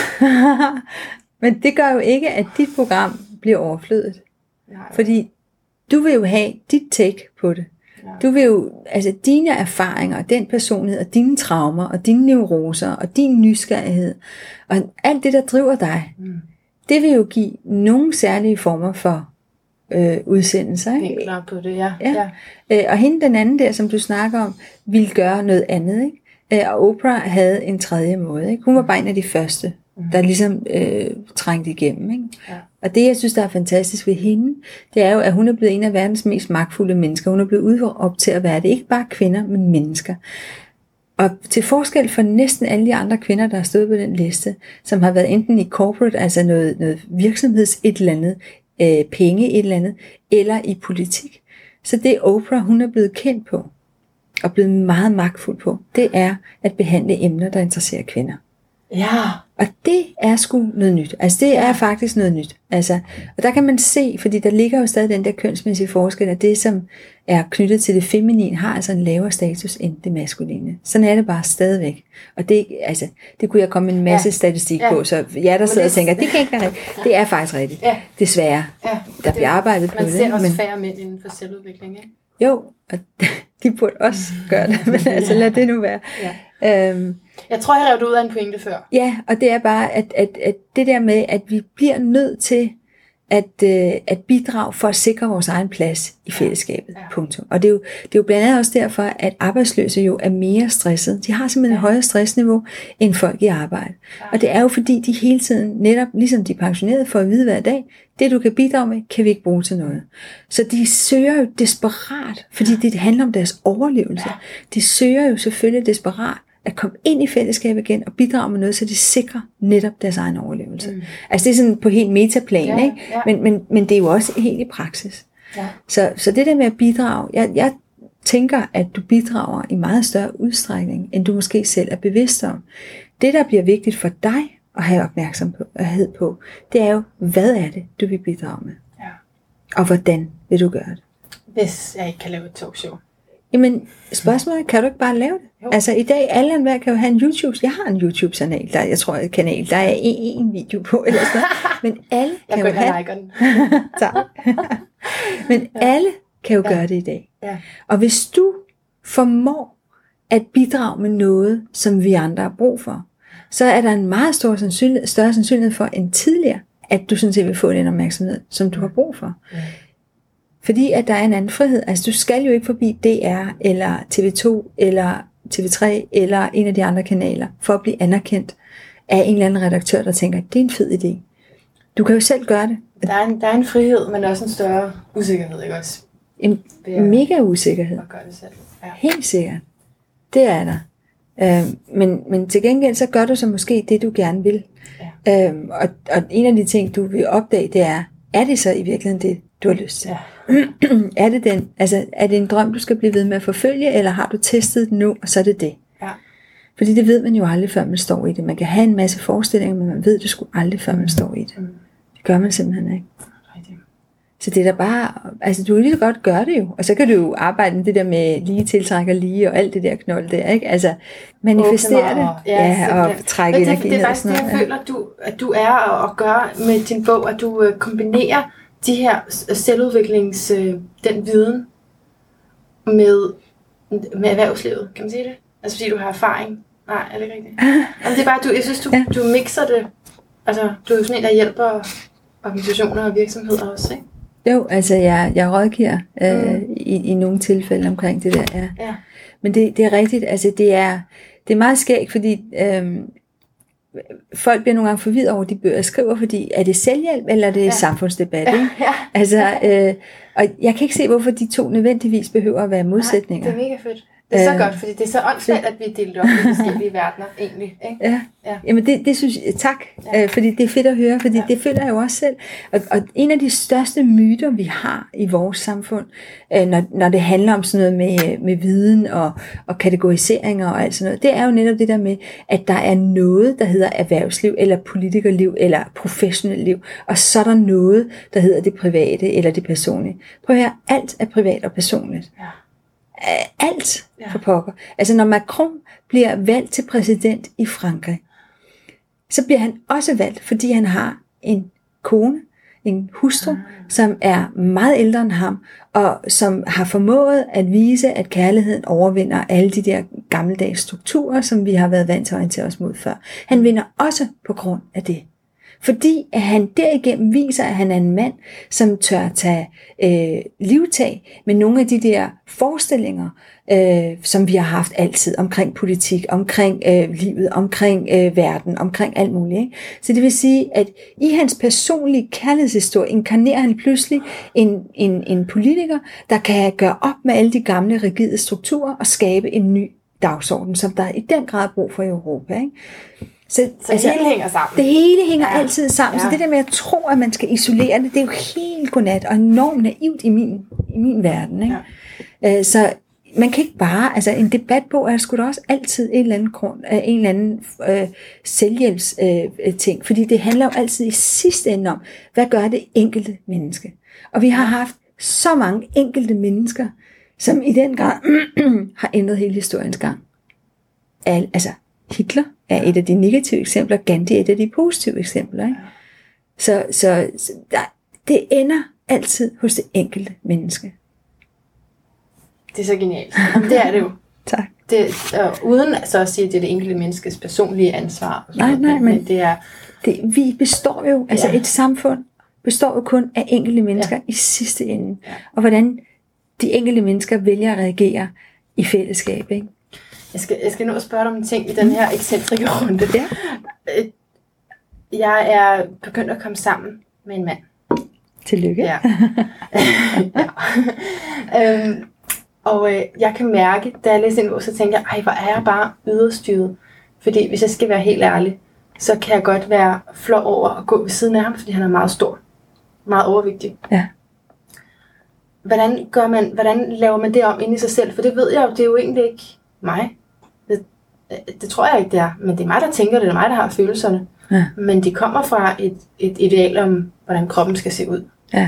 Men det gør jo ikke, at dit program bliver overflødet. Nej. Fordi du vil jo have dit take på det. Ja. Du vil jo, altså dine erfaringer, den personlighed, og dine traumer, og dine neuroser, og din nysgerrighed, og alt det, der driver dig, mm. det vil jo give nogle særlige former for øh, udsendelser. Ikke? Vinkler på det, ja. ja. ja. Øh, og hende den anden der, som du snakker om, ville gøre noget andet, ikke? Og Oprah havde en tredje måde. Ikke? Hun var bare en af de første, der ligesom øh, trængte igennem. Ikke? Ja. Og det, jeg synes, der er fantastisk ved hende, det er jo, at hun er blevet en af verdens mest magtfulde mennesker. Hun er blevet udråbt til at være det. Ikke bare kvinder, men mennesker. Og til forskel for næsten alle de andre kvinder, der har stået på den liste, som har været enten i corporate, altså noget, noget virksomheds et eller andet, øh, penge et eller andet, eller i politik. Så det Oprah, hun er blevet kendt på, og blevet meget magtfuld på, det er at behandle emner, der interesserer kvinder. Ja. Og det er sgu noget nyt. Altså det er faktisk noget nyt. Altså, og der kan man se, fordi der ligger jo stadig den der kønsmæssige forskel, at det, som er knyttet til det feminine, har altså en lavere status end det maskuline. Sådan er det bare stadigvæk. Og det, altså, det kunne jeg komme med en masse ja. statistik ja. på, så jeg der sidder og tænker, det kan ikke være rigtigt. Det er faktisk rigtigt. Ja. Desværre. Ja. Der bliver arbejdet på det. Man ser også men... færre mænd inden for selvudvikling, ikke? Jo, og de burde også gøre det, men altså lad det nu være. Ja. Øhm, jeg tror, jeg rev det ud af en pointe før. Ja, og det er bare, at, at, at det der med, at vi bliver nødt til at, øh, at bidrage for at sikre vores egen plads i fællesskabet. Ja. Punktum. Og det er, jo, det er jo blandt andet også derfor, at arbejdsløse jo er mere stressede. De har simpelthen et højere stressniveau end folk i arbejde. Ja. Og det er jo fordi, de hele tiden, netop ligesom de pensionerede, får at vide hver dag, det du kan bidrage med, kan vi ikke bruge til noget. Så de søger jo desperat, fordi det handler om deres overlevelse. Ja. De søger jo selvfølgelig desperat at komme ind i fællesskabet igen og bidrage med noget, så de sikrer netop deres egen overlevelse. Mm. Altså det er sådan på helt metaplan, ja, ikke? Ja. Men, men, men det er jo også helt i praksis. Ja. Så, så det der med at bidrage, jeg, jeg tænker, at du bidrager i meget større udstrækning, end du måske selv er bevidst om. Det, der bliver vigtigt for dig at have opmærksomhed på, det er jo, hvad er det, du vil bidrage med? Ja. Og hvordan vil du gøre det? Hvis jeg ikke kan lave et talkshow. Jamen, spørgsmålet, kan du ikke bare lave det? Jo. Altså i dag, alle og enhver kan jo have en YouTube. Jeg har en YouTube-kanal, der, jeg tror, en kanal, der er en, en video på, eller sådan noget. Men alle jeg kan jo have... Jeg den. Men alle kan jo ja. gøre det i dag. Ja. Og hvis du formår at bidrage med noget, som vi andre har brug for, så er der en meget stor sandsynlighed, større sandsynlighed for end tidligere, at du sådan set vil få den opmærksomhed, som du har brug for. Ja. Fordi at der er en anden frihed. Altså du skal jo ikke forbi D R, eller T V to, eller T V tre, eller en af de andre kanaler, for at blive anerkendt af en eller anden redaktør, der tænker, det er en fed idé. Du kan jo selv gøre det. Der er en, der er en frihed, men også en større usikkerhed, ikke også? En mega usikkerhed. At gøre det selv. Ja. Helt sikkert. Det er der. Øh, men, men til gengæld, så gør du så måske det, du gerne vil. Ja. Øh, og, og en af de ting, du vil opdage, det er, er det så i virkeligheden det, du har lyst til? Ja. er det den, altså, er det en drøm, du skal blive ved med at forfølge, eller har du testet den nu, og så er det det? Ja. Fordi det ved man jo aldrig, før man står i det. Man kan have en masse forestillinger, men man ved det sgu aldrig, før man står i det. Mm. Det gør man simpelthen ikke. Så det er da bare, altså du kan lige så godt gøre det jo, og så kan du jo arbejde med det der med lige tiltrækker lige, og alt det der knold der, ikke? Altså manifestere det, ja, ja og trække det, energi. Det er faktisk det, jeg føler, du, at du er og gør med din bog, at du kombinerer de her selvudviklings, den viden med, med erhvervslivet, kan man sige det? Altså fordi du har erfaring. Nej, er det ikke rigtigt? Altså, det er bare, du, jeg synes, du, ja. du mixer det, altså du er jo sådan en, der hjælper organisationer og virksomheder også, ikke? Jo, altså jeg, jeg rådgiver øh, mm. i, i nogle tilfælde omkring det der. Ja. Ja. Men det, det er rigtigt, altså det er, det er meget skægt, fordi øh, folk bliver nogle gange forvirret over de bøger, jeg skriver, fordi er det selvhjælp, eller er det ja. samfundsdebat? Ikke? Ja. Altså, øh, og jeg kan ikke se, hvorfor de to nødvendigvis behøver at være modsætninger. Nej, det er mega fedt. Det er så øh, godt, fordi det er så åndssvagt, at vi deler op i forskellige verdener, egentlig. Ikke? Ja. ja, jamen det, det synes jeg, tak, ja. øh, fordi det er fedt at høre, fordi ja. det føler jeg jo også selv. Og, og en af de største myter, vi har i vores samfund, øh, når, når det handler om sådan noget med, med viden og, og kategoriseringer og alt sådan noget, det er jo netop det der med, at der er noget, der hedder erhvervsliv, eller politikerliv, eller professionelt liv, og så er der noget, der hedder det private, eller det personlige. Prøv at høre, alt er privat og personligt. Ja. Alt for pokker. Altså når Macron bliver valgt til præsident i Frankrig, så bliver han også valgt, fordi han har en kone, en hustru, mm. som er meget ældre end ham, og som har formået at vise, at kærligheden overvinder alle de der gammeldags strukturer, som vi har været vant til at orientere os mod før. Han vinder også på grund af det. Fordi at han derigennem viser, at han er en mand, som tør tage øh, livtag med nogle af de der forestillinger, øh, som vi har haft altid omkring politik, omkring øh, livet, omkring øh, verden, omkring alt muligt. Ikke? Så det vil sige, at i hans personlige kærlighedshistorie inkarnerer han pludselig en, en, en politiker, der kan gøre op med alle de gamle rigide strukturer og skabe en ny dagsorden, som der i den grad er brug for i Europa. Ikke? Så, så altså, det hele hænger sammen. Det hele hænger ja. altid sammen. Ja. Så det der med at tro, at man skal isolere det, det er jo helt godnat og enormt naivt i min, i min verden. Ikke? Ja. Så man kan ikke bare, altså en debatbog er sgu da også altid en eller anden grund, en eller anden øh, selvhjælps øh, ting, fordi det handler jo altid i sidste ende om, hvad gør det enkelte menneske. Og vi har haft så mange enkelte mennesker, som i den grad har ændret hele historiens gang. Al, altså Hitler er et af de negative eksempler, Gandhi er et af de positive eksempler. Ikke? Så, så, så der, det ender altid hos det enkelte menneske. Det er så genialt. Jamen, det er det jo. Tak. Det, øh, uden så at sige, at det er det enkelte menneskes personlige ansvar. Nej, nej, men det er... Det, vi består jo, altså ja. et samfund består jo kun af enkelte mennesker ja. i sidste ende. Ja. Og hvordan de enkelte mennesker vælger at reagere i fællesskab. Ikke? Jeg skal, jeg skal nå at spørge dig om en ting i den her ekscentriske runde. Ja. Jeg er begyndt at komme sammen med en mand. Tillykke. Ja. ja. øhm, og øh, jeg kan mærke, da jeg læste ind, så tænker jeg, ej, hvor er jeg bare yderstyret. Fordi hvis jeg skal være helt ærlig, så kan jeg godt være flov over at gå ved siden af ham, fordi han er meget stor. Meget overvægtig. Ja. Hvordan, gør man, hvordan laver man det om ind i sig selv? For det ved jeg jo, det er jo egentlig ikke mig. Det, det tror jeg ikke, det er. Men det er mig, der tænker det. Det er mig, der har følelserne. Ja. Men det kommer fra et, et ideal om, hvordan kroppen skal se ud. Ja.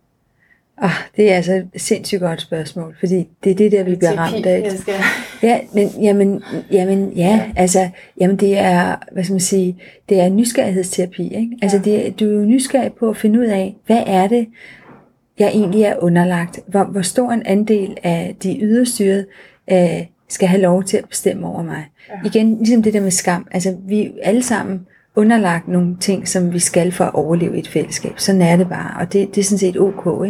Oh, det er altså et sindssygt godt spørgsmål, fordi det er det der, vi bliver ramt af. Skal... Ja, men, jamen, jamen, ja, ja, altså, jamen det er, hvad skal man sige, det er nysgerrighedsterapi, ikke? Ja. Altså, det er, du er jo nysgerrig på at finde ud af, hvad er det, jeg egentlig er underlagt? Hvor, hvor stor en andel af de yderstyrede øh, skal have lov til at bestemme over mig? Ja. Igen, ligesom det der med skam, altså, vi er alle sammen underlagt nogle ting, som vi skal for at overleve i et fællesskab. Sådan er det bare, og det, det er sådan set ok,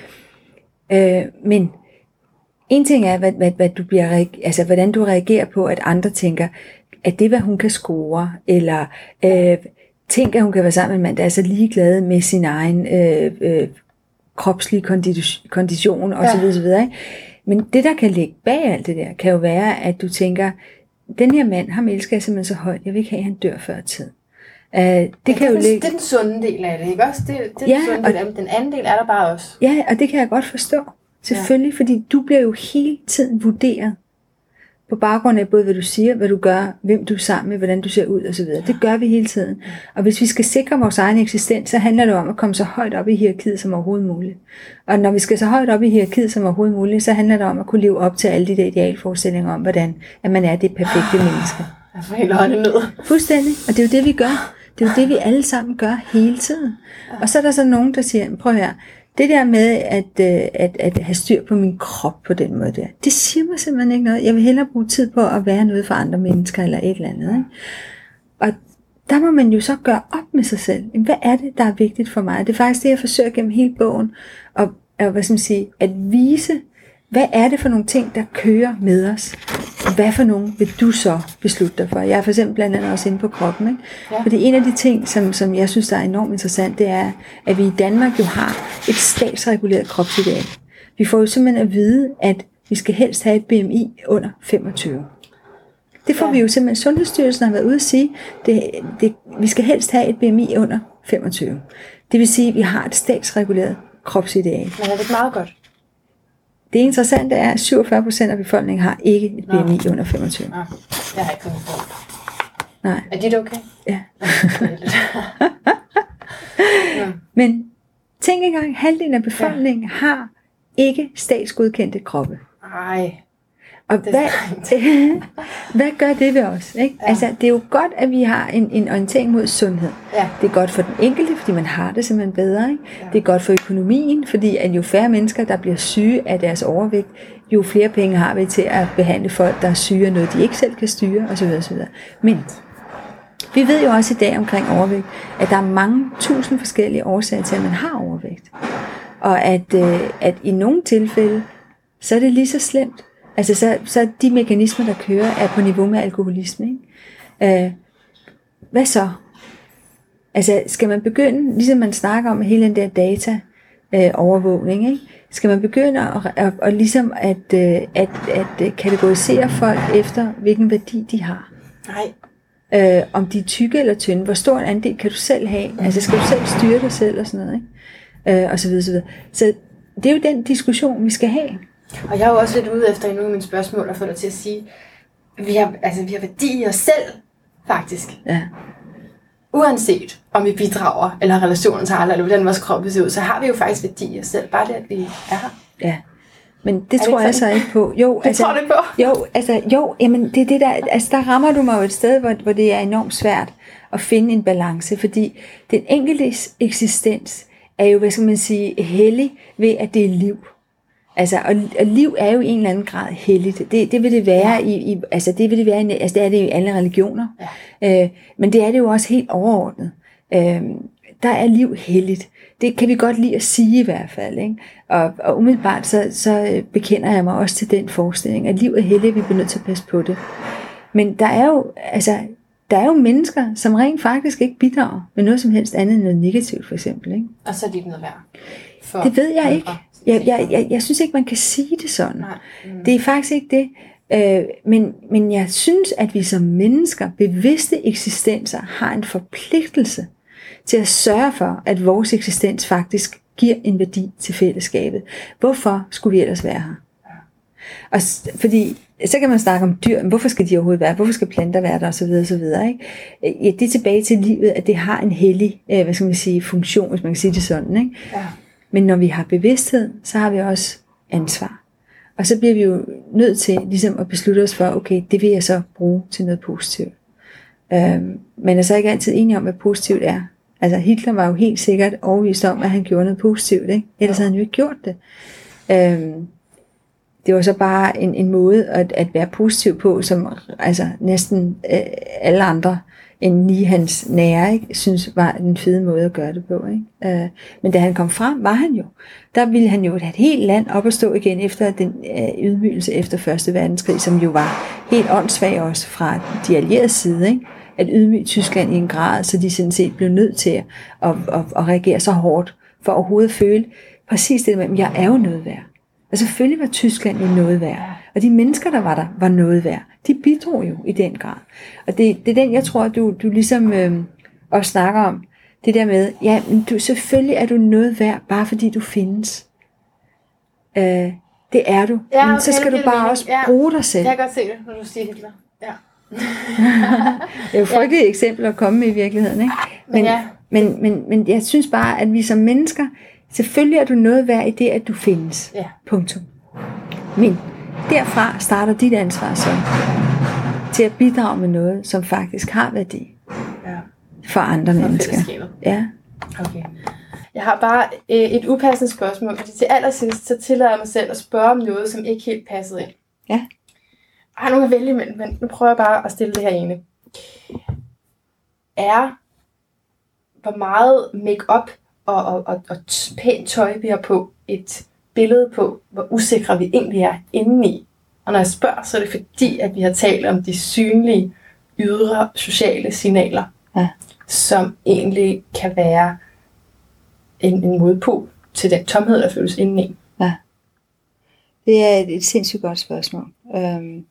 ikke? Øh, men en ting er, hvad, hvad, hvad du bliver, altså, hvordan du reagerer på, at andre tænker, at det, hvad hun kan score, eller øh, tænker, at hun kan være sammen med en mand, der er så ligeglad med sin egen øh, øh, kropslige kondition, og ja. så videre, så videre, ikke? Men det, der kan ligge bag alt det der, kan jo være, at du tænker, den her mand, ham elsker jeg simpelthen så højt, jeg vil ikke have, at han dør før tid. Uh, det, ja, kan det, jo er den, ligge... det er den sunde del af det, ikke også? Det, det er ja, den sunde og... del af det. Den anden del er der bare også. Ja, og det kan jeg godt forstå. Selvfølgelig, ja. Fordi du bliver jo hele tiden vurderet på baggrund af både, hvad du siger, hvad du gør, hvem du er sammen med, hvordan du ser ud osv. Ja. Det gør vi hele tiden. Og hvis vi skal sikre vores egen eksistens, så handler det om at komme så højt op i hierarkiet som overhovedet muligt. Og når vi skal så højt op i hierarkiet som overhovedet muligt, så handler det om at kunne leve op til alle de der idealforestillinger om, hvordan at man er det perfekte menneske. Jeg får helt hånden ned. Fuldstændig. Og det er jo det, vi gør. Det er jo det, vi alle sammen gør hele tiden. Og så er der så nogen, der siger, prøv her, det der med at, at, at have styr på min krop på den måde der, det siger mig simpelthen ikke noget. Jeg vil hellere bruge tid på at være noget for andre mennesker eller et eller andet. Ikke? Og der må man jo så gøre op med sig selv. Hvad er det, der er vigtigt for mig? Det er faktisk det, jeg forsøger gennem hele bogen at, at, hvad skal man sige, at vise, hvad er det for nogle ting, der kører med os? Hvad for nogen vil du så beslutte dig for? Jeg er for eksempel blandt andet også inde på kroppen. Ikke? Ja. Fordi en af de ting, som, som jeg synes der er enormt interessant, det er, at vi i Danmark jo har et statsreguleret kropsideal. Vi får jo simpelthen at vide, at vi skal helst have et B M I under femogtyve. Det får ja. vi jo simpelthen, Sundhedsstyrelsen har været ude at sige, det, det, vi skal helst have et B M I under femogtyve. Det vil sige, at vi har et statsreguleret kropsideal. Men er det ikke meget godt? Det interessante er, at syvogfyrre procent af befolkningen har ikke et B M I under femogtyve. Nå, jeg har ikke kommet på. Nej. Er dit okay? Ja. Men tænk engang, halvdelen af befolkningen ja. har ikke statsgodkendte kroppe. Nej. Og hvad, hvad gør det ved os? Ikke? Ja. Altså, det er jo godt, at vi har en, en orientering mod sundhed. Ja. Det er godt for den enkelte, fordi man har det simpelthen bedre. Ikke? Ja. Det er godt for økonomien, fordi at jo færre mennesker, der bliver syge af deres overvægt, jo flere penge har vi til at behandle folk, der er syge af noget, de ikke selv kan styre, osv. osv. Men vi ved jo også i dag omkring overvægt, at der er mange tusind forskellige årsager til, at man har overvægt. Og at, øh, at i nogle tilfælde, så er det lige så slemt. Altså så, så de mekanismer, der kører, er på niveau med alkoholisme. Ikke? Øh, hvad så? Altså skal man begynde, ligesom man snakker om hele den der data øh, overvågning, ikke? Skal man begynde at, at, at, ligesom at, øh, at, at kategorisere folk efter, hvilken værdi de har? Nej. Øh, om de er tykke eller tynde, hvor stor en andel kan du selv have? Altså skal du selv styre dig selv og sådan noget, ikke? Øh, og så videre, så videre. Så det er jo den diskussion, vi skal have. Og jeg er jo også lidt ude efter i nogle af mine spørgsmål og få dig til at sige, at vi har, altså, vi har værdi i os selv, faktisk. Ja. Uanset om vi bidrager, eller har relationen til andre, eller hvordan vores krop ser ud, så har vi jo faktisk værdi i os selv, bare det, at vi er her. Ja, men det, det tror jeg så ikke på. Jo, det altså, tror du ikke på? Jo, altså, jo, jamen, det er det der, altså, der rammer du mig jo et sted, hvor, hvor det er enormt svært at finde en balance, fordi den enkeltes eksistens er jo, hvad skal man sige, hellig ved, at det er liv. Altså, og, og liv er jo i en eller anden grad helligt. Det, det vil det være ja. i, i, altså det vil det være i, altså det er det i alle religioner. Ja. Øh, men det er det jo også helt overordnet. Øh, der er liv helligt. Det kan vi godt lide at sige i hvert fald. Ikke? Og, og umiddelbart så, så bekender jeg mig også til den forestilling, at liv er helligt, vi bliver nødt til at passe på det. Men der er jo, altså, der er jo mennesker, som rent faktisk ikke bidrager med noget som helst andet end noget negativt, for eksempel. Ikke? Og så er de ikke noget værd. For det ved jeg ikke. Jeg, jeg, jeg, jeg synes ikke, man kan sige det sådan. Mm. Det er faktisk ikke det. Øh, men, men jeg synes, at vi som mennesker, bevidste eksistenser, har en forpligtelse til at sørge for, at vores eksistens faktisk giver en værdi til fællesskabet. Hvorfor skulle vi ellers være her? Og fordi så kan man snakke om dyr, men hvorfor skal de overhovedet være? Hvorfor skal planter være der? Og så videre, og så videre, ikke? Ja, det er tilbage til livet, at det har en hellig, øh, hvad skal man sige, funktion, hvis man kan sige det sådan, ikke? Ja. Men når vi har bevidsthed, så har vi også ansvar. Og så bliver vi jo nødt til ligesom at beslutte os for, okay, det vil jeg så bruge til noget positivt. Øhm, men er så ikke altid enige om, hvad positivt er. Altså Hitler var jo helt sikkert overbevist om, at han gjorde noget positivt, ikke? Ellers havde han jo ikke gjort det. Øhm, det var så bare en, en måde at, at være positiv på, som altså næsten øh, alle andre end lige hans nære, ikke, synes var en fed måde at gøre det på. Ikke? Øh, men da han kom frem, var han jo. Der ville han jo have et helt land op at stå igen efter den øh, ydmygelse efter første verdenskrig, som jo var helt åndssvag også fra de allierede side, ikke? At ydmyge Tyskland i en grad, så de sådan set blev nødt til at, at, at, at reagere så hårdt, for overhovedet at føle præcis det med, at jeg er jo noget værd. Og selvfølgelig var Tyskland jo noget værd. Og de mennesker, der var der, var noget værd. De bidrog jo i den grad. Og det, det er den, jeg tror, du, du ligesom øh, også snakker om. Det der med, ja, men du, selvfølgelig er du noget værd, bare fordi du findes. Øh, det er du. Ja, okay, men så skal du bare også ja. bruge dig selv. Jeg kan godt se det, når du siger Hitler. Ja. Det er jo frygtelige ja. eksempler at komme med i virkeligheden. Ikke? Men, men, ja. men, men, men jeg synes bare, at vi som mennesker, selvfølgelig er du noget værd i det, at du findes. Ja. Punktum. Men derfra starter dit ansvar så til at bidrage med noget, som faktisk har værdi ja. for andre for mennesker. Ja. Okay. Jeg har bare øh, et upassende spørgsmål, fordi til allersidst, så tillader jeg mig selv at spørge om noget, som ikke helt passede ind. Ja. Jeg har nogle at vælge imellem, men nu prøver jeg bare at stille det her ene. Er, hvor meget make-up og, og, og, og pænt tøj vi har på, et billede på, hvor usikre vi egentlig er indeni. Og når jeg spørger, så er det fordi, at vi har talt om de synlige, ydre sociale signaler, ja. som egentlig kan være en, en modpol til den tomhed, der føles indeni. Ja. Det er et, et sindssygt godt spørgsmål. Øhm,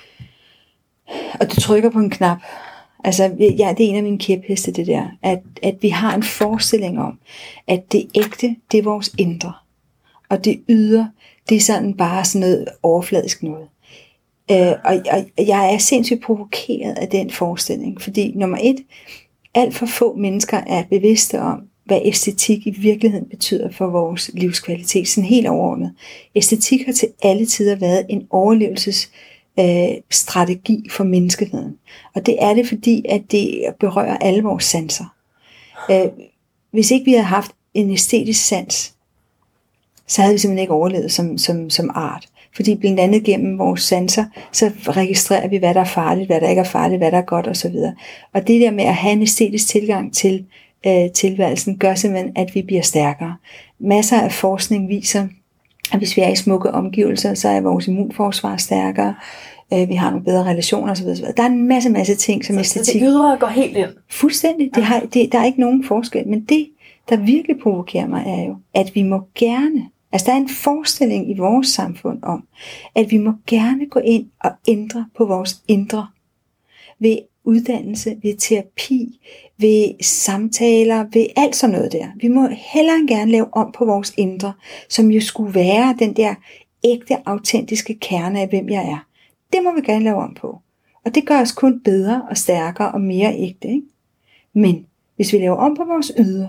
og du trykker på en knap. Altså, ja, det er en af mine kæpheste, det der. At, at vi har en forestilling om, at det ægte, det er vores indre. Og det ydre, det er sådan bare sådan noget overfladisk noget. Øh, og, og jeg er sindssygt provokeret af den forestilling. Fordi nummer et, alt for få mennesker er bevidste om, hvad æstetik i virkeligheden betyder for vores livskvalitet. Sådan helt overordnet. Æstetik har til alle tider været en overlevelses øh, strategi for menneskeheden. Og det er det, fordi at det berører alle vores sanser. Øh, hvis ikke vi havde haft en æstetisk sans, så havde vi simpelthen ikke overlevet som, som, som art. Fordi blandt andet gennem vores sanser, så registrerer vi, hvad der er farligt, hvad der ikke er farligt, hvad der er godt osv. Og det der med at have en æstetisk tilgang til øh, tilværelsen, gør simpelthen, at vi bliver stærkere. Masser af forskning viser, at hvis vi er i smukke omgivelser, så er vores immunforsvar stærkere, øh, vi har nogle bedre relationer osv. Der er en masse, masse ting, som så, æstetik... Så det ydre går helt ind? Fuldstændig. Det har, det, der er ikke nogen forskel. Men det, der virkelig provokerer mig, er jo, at vi må gerne... Altså, der er en forestilling i vores samfund om, at vi må gerne gå ind og ændre på vores indre. Ved uddannelse, ved terapi, ved samtaler, ved alt sådan noget der. Vi må hellere gerne lave om på vores indre, som jo skulle være den der ægte, autentiske kerne af, hvem jeg er. Det må vi gerne lave om på. Og det gør os kun bedre og stærkere og mere ægte. Ikke? Men hvis vi laver om på vores ydre,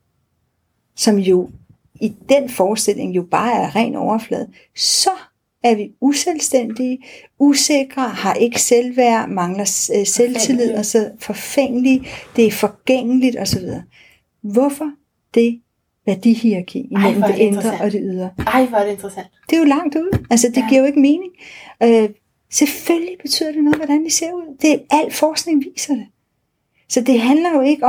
som jo i den forestilling jo bare er ren overflade, så er vi uselvstændige, usikre, har ikke selvværd, mangler selvtillid og så forfængelige, det er forgængeligt osv. Hvorfor det værdihierarki imellem det indre og det ydre? Ej, hvor er det interessant. Det er jo langt ude. Altså, det ja. giver jo ikke mening. Øh, selvfølgelig betyder det noget, hvordan vi ser ud. Det, al forskning viser det. Så det handler jo ikke om,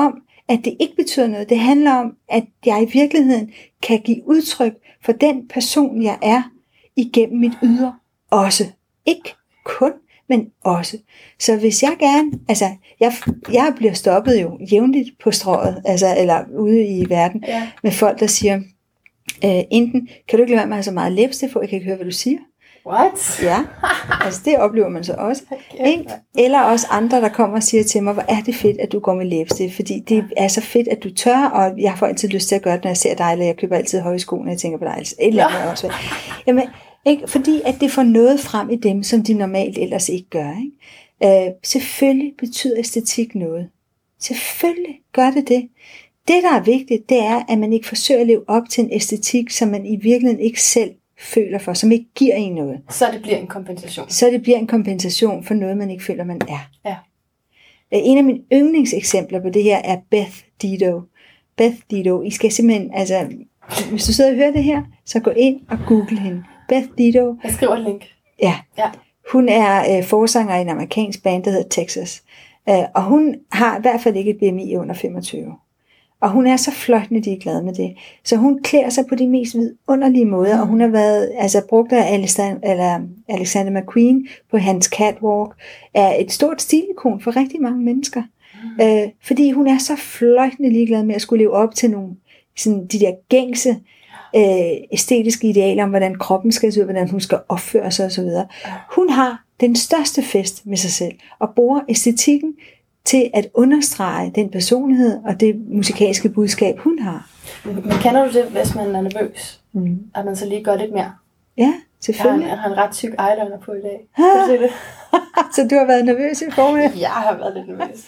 at det ikke betyder noget. Det handler om, at jeg i virkeligheden kan give udtryk for den person, jeg er, igennem mit ydre også. Ikke kun, men også. Så hvis jeg gerne, altså, jeg, jeg bliver stoppet jo jævnligt på strøget, altså, eller ude i verden, ja. med folk, der siger, øh, enten, kan du ikke lade være med at have så meget læbstift, for jeg kan ikke høre, hvad du siger. What? Ja, altså det oplever man så også. Okay. Ikke? Eller også andre, der kommer og siger til mig, hvor er det fedt, at du går med læbestift, fordi det er så fedt, at du tør, og jeg får altid lyst til at gøre det, når jeg ser dig, eller jeg køber altid høje sko, når jeg tænker på dig. Et eller andet også. Jamen, ikke? Fordi at det får noget frem i dem, som de normalt ellers ikke gør. Ikke? Øh, selvfølgelig betyder æstetik noget. Selvfølgelig gør det det. Det, der er vigtigt, det er, at man ikke forsøger at leve op til en æstetik, som man i virkeligheden ikke selv føler for, som ikke giver en noget. Så det bliver en kompensation. Så det bliver en kompensation for noget, man ikke føler, man er. Ja. En af mine yndlingseksempler på det her er Beth Dido. Beth Dido, I skal simpelthen, altså, hvis du sidder og hører det her, så gå ind og google hende. Beth Dido. Jeg skriver et link. Ja. Ja. Hun er øh, forsanger i en amerikansk band, der hedder Texas. Øh, og hun har i hvert fald ikke et B M I under femogtyve. Og hun er så fløjtende ligeglad med det. Så hun klæder sig på de mest vidunderlige måder, mm. og hun har været altså, brugt af Alexander, eller Alexander McQueen på hans catwalk, er et stort stilikon for rigtig mange mennesker. Mm. Øh, fordi hun er så fløjtende ligeglad med at skulle leve op til nogle, sådan, de der gængse øh, æstetiske idealer om, hvordan kroppen skal se ud, hvordan hun skal opføre sig osv. Hun har den største fest med sig selv, og bruger æstetikken til at understrege den personlighed og det musikalske budskab, hun har. Men kender du det, hvis man er nervøs? Mm. At man så lige gør lidt mere? Ja, selvfølgelig. Jeg har en, jeg har en ret tyk eyeliner på i dag. Kan du se det? Så du har været nervøs i formiddag? Jeg har været lidt nervøs.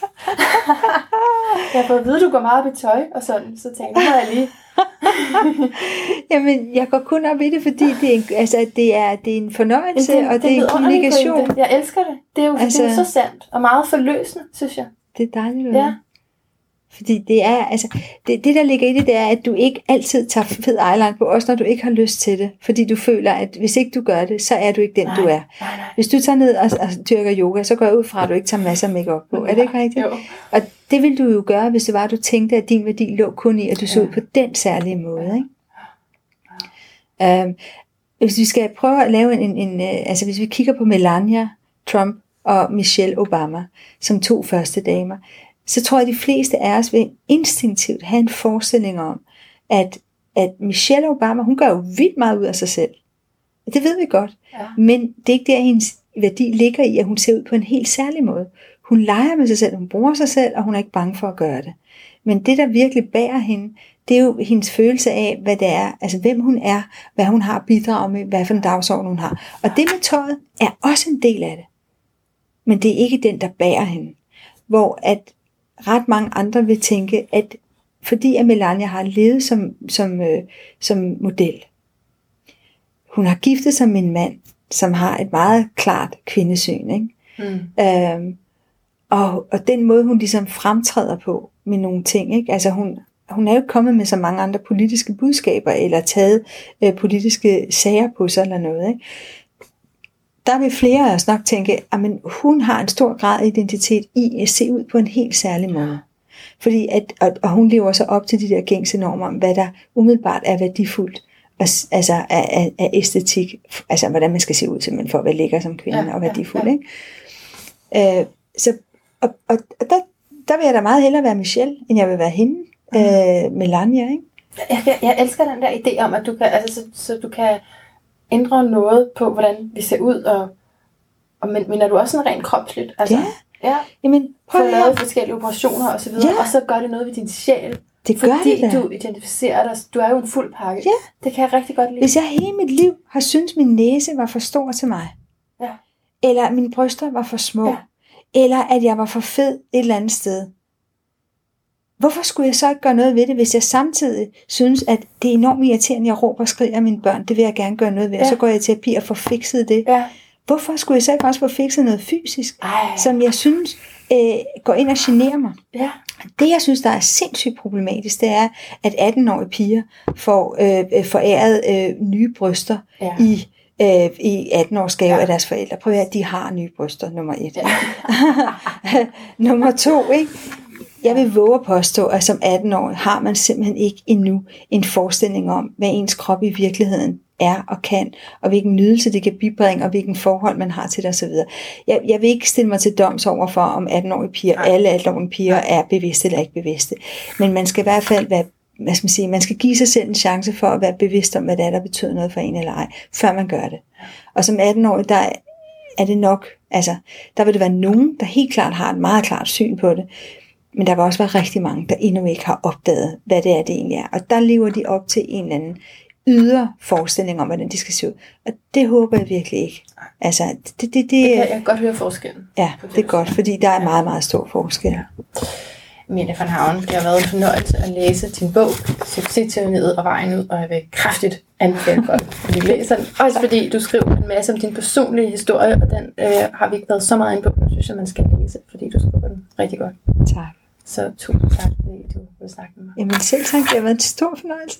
Jeg har fået at vide, at du går meget op i tøj og sådan, så tænkte jeg, nu jeg lige. Jamen, jeg går kun op i det, fordi det er en, altså, det er, det er en fornøjelse, det, og det, det er en kommunikation. Pointe. Jeg elsker det. Det er jo, altså, det er jo så sandt, og meget forløsende, synes jeg. Det er dejligt. Ja. Fordi det er, altså, det, det der ligger i det, det er, at du ikke altid tager fed eyeliner på, også når du ikke har lyst til det. Fordi du føler, at hvis ikke du gør det, så er du ikke den, nej, du er. Nej, nej. Hvis du tager ned og, og dyrker yoga, så går jeg ud fra, at du ikke tager masser af makeup på. Er det ikke rigtigt? Jo. Og det ville du jo gøre, hvis det var, at du tænkte, at din værdi lå kun i, at du så ja. ud på den særlige måde. Ikke? Ja. Um, hvis vi skal prøve at lave en, en, en, altså hvis vi kigger på Melania Trump og Michelle Obama som to første damer, så tror jeg, at de fleste af os vil instinktivt have en forestilling om, at, at Michelle Obama, hun gør jo vildt meget ud af sig selv. Det ved vi godt. Ja. Men det er ikke der, hendes værdi ligger i, at hun ser ud på en helt særlig måde. Hun leger med sig selv, hun bruger sig selv, og hun er ikke bange for at gøre det. Men det, der virkelig bærer hende, det er jo hendes følelse af, hvad det er, altså hvem hun er, hvad hun har bidraget med, hvad for en dagsorden hun har. Og det med tøjet er også en del af det. Men det er ikke den, der bærer hende. Hvor at ret mange andre vil tænke, at fordi at Melania har levet som, som, øh, som model, hun har giftet sig med en mand, som har et meget klart kvindesyn, ikke? Mm. Øhm, og, og den måde, hun ligesom fremtræder på med nogle ting, ikke? Altså hun, hun er jo kommet med så mange andre politiske budskaber, eller taget øh, politiske sager på sig, eller noget, ikke? Der vil flere af os nok tænke, at hun har en stor grad af identitet i at se ud på en helt særlig måde. Fordi at, og, og hun lever så op til de der gængse normer om, hvad der umiddelbart er værdifuldt, altså af, af, af æstetik, altså hvordan man skal se ud simpelthen for at være lækker som kvinde ja, og værdifuld. Ja, ja. Ikke? Øh, så, og og der, der vil jeg da meget hellere være Michelle, end jeg vil være hende, mm. øh, Melania. Ikke? Jeg, jeg, jeg elsker den der idé om, at du kan, altså, så, så du kan ændre noget på, hvordan vi ser ud, og, og men, men er du også sådan rent kropsligt? Altså, ja. Ja. Jamen, prøv at lave forskellige operationer og så videre, ja. Og så gør det noget ved din sjæl. Det gør fordi det da. Du identificerer dig. Du er jo en fuld pakke. Ja. Det kan jeg rigtig godt lide. Hvis jeg hele mit liv har syntes, min næse var for stor til mig, ja. Eller mine bryster var for små, ja. Eller at jeg var for fed et eller andet sted, hvorfor skulle jeg så ikke gøre noget ved det, hvis jeg samtidig synes, at det er enormt irriterende, jeg råber og skriger af mine børn, det vil jeg gerne gøre noget ved, ja. Og så går jeg i terapi og får fikset det. Ja. Hvorfor skulle jeg så ikke også få fikset noget fysisk, Ej. som jeg synes øh, går ind og generer mig? Ja. Det, jeg synes, der er sindssygt problematisk, det er, at atten-årige piger får øh, foræret øh, nye bryster ja. i, øh, i atten-årsgave ja. Af deres forældre. Prøv at høre, de har nye bryster, nummer et. Ja. Nummer to, ikke? Jeg vil våge at påstå, at som atten-årig har man simpelthen ikke endnu en forestilling om, hvad ens krop i virkeligheden er og kan, og hvilken nydelse det kan bibringe, og hvilken forhold man har til det osv. Jeg, jeg vil ikke stille mig til doms over for, om atten-årige piger, Nej. alle atten-årige piger Nej. er bevidste eller ikke bevidste. Men man skal i hvert fald være, hvad skal man sige, man skal give sig selv en chance for at være bevidst om, hvad det er, der betyder noget for en eller ej, før man gør det. Og som atten-årig, der er det nok, altså, der vil det være nogen, der helt klart har et meget klart syn på det, men der vil også være rigtig mange, der endnu ikke har opdaget, hvad det er, det egentlig er. Og der lever de op til en eller anden ydre forestilling om, hvordan de skal se ud. Og det håber jeg virkelig ikke. Altså, det, det, det, det kan jeg godt høre forskellen. Ja, det er godt, fordi der er meget, meget stor forskel. Ja. Mille van Havn, det har været en fornøjelse at læse din bog, Succesteoriet og vejen ud, og jeg vil kraftigt anbefale folk, fordi du læser den. Også fordi du skriver en masse om din personlige historie, og den øh, har vi ikke været så meget inde på, men jeg synes, at man skal læse, fordi du skriver den rigtig godt. Tak. Så tusind tak, fordi du vil snakke med mig. Jamen selv tak, det har været en stor fornøjelse.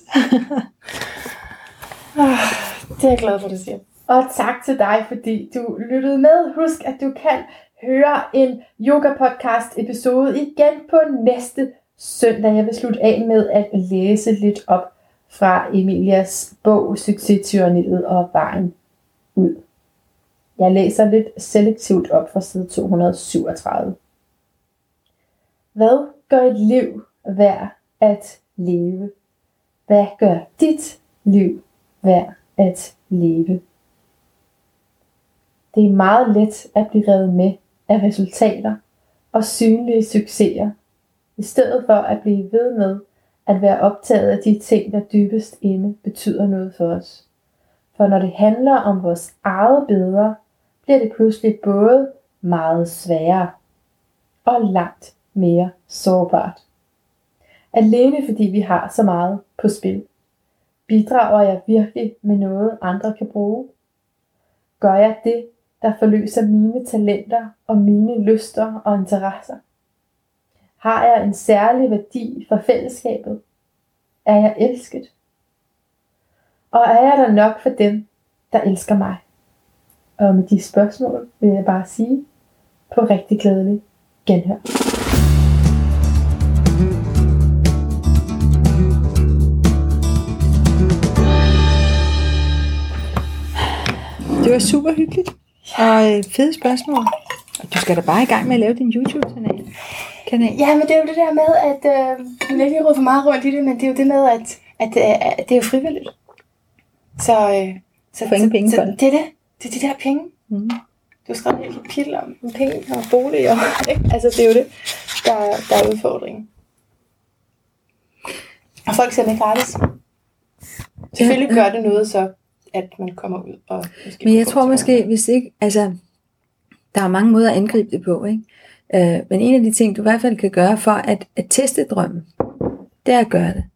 Det er jeg glad for, at du siger. Og tak til dig, fordi du lyttede med. Husk, at du kan høre en yoga-podcast episode igen på næste søndag. Jeg vil slutte af med at læse lidt op fra Emilias bog, Succesteoriet og vejen ud. Jeg læser lidt selektivt op fra side to hundrede syvogtredive. Hvad gør et liv værd at leve? Hvad gør dit liv værd at leve? Det er meget let at blive revet med af resultater og synlige succeser, i stedet for at blive ved med at være optaget af de ting, der dybest inde betyder noget for os. For når det handler om vores eget bedre, bliver det pludselig både meget sværere og langt mere sårbart. Alene fordi vi har så meget på spil. Bidrager jeg virkelig med noget, andre kan bruge? Gør jeg det, der forløser mine talenter og mine lyster og interesser? Har jeg en særlig værdi for fællesskabet? Er jeg elsket? Og er jeg der nok for dem, der elsker mig? Og med de spørgsmål vil jeg bare sige på rigtig glædelig genhør. Det var super hyggeligt. Og fede spørgsmål. Og du skal da bare i gang med at lave din YouTube-kanal. Kanal. Ja, men det er jo det der med, at øh, jeg vil ikke råde for meget rundt i det, men det er jo det med, at, at, at, at det er jo frivilligt. Så, øh, så, for ingen penge så, for så det. det er det. Det er de der penge. Mm. Du skal have et kapitel om penge og bolig. Og, ikke? Altså, det er jo det, der, der er udfordringen. Og folk ser det gratis. Selvfølgelig gør det noget så, at man kommer ud og måske... Men jeg tror måske, hvis ikke... Altså, der er mange måder at angribe det på, ikke? Øh, men en af de ting, du i hvert fald kan gøre for at, at teste drømmen, det er at gøre det.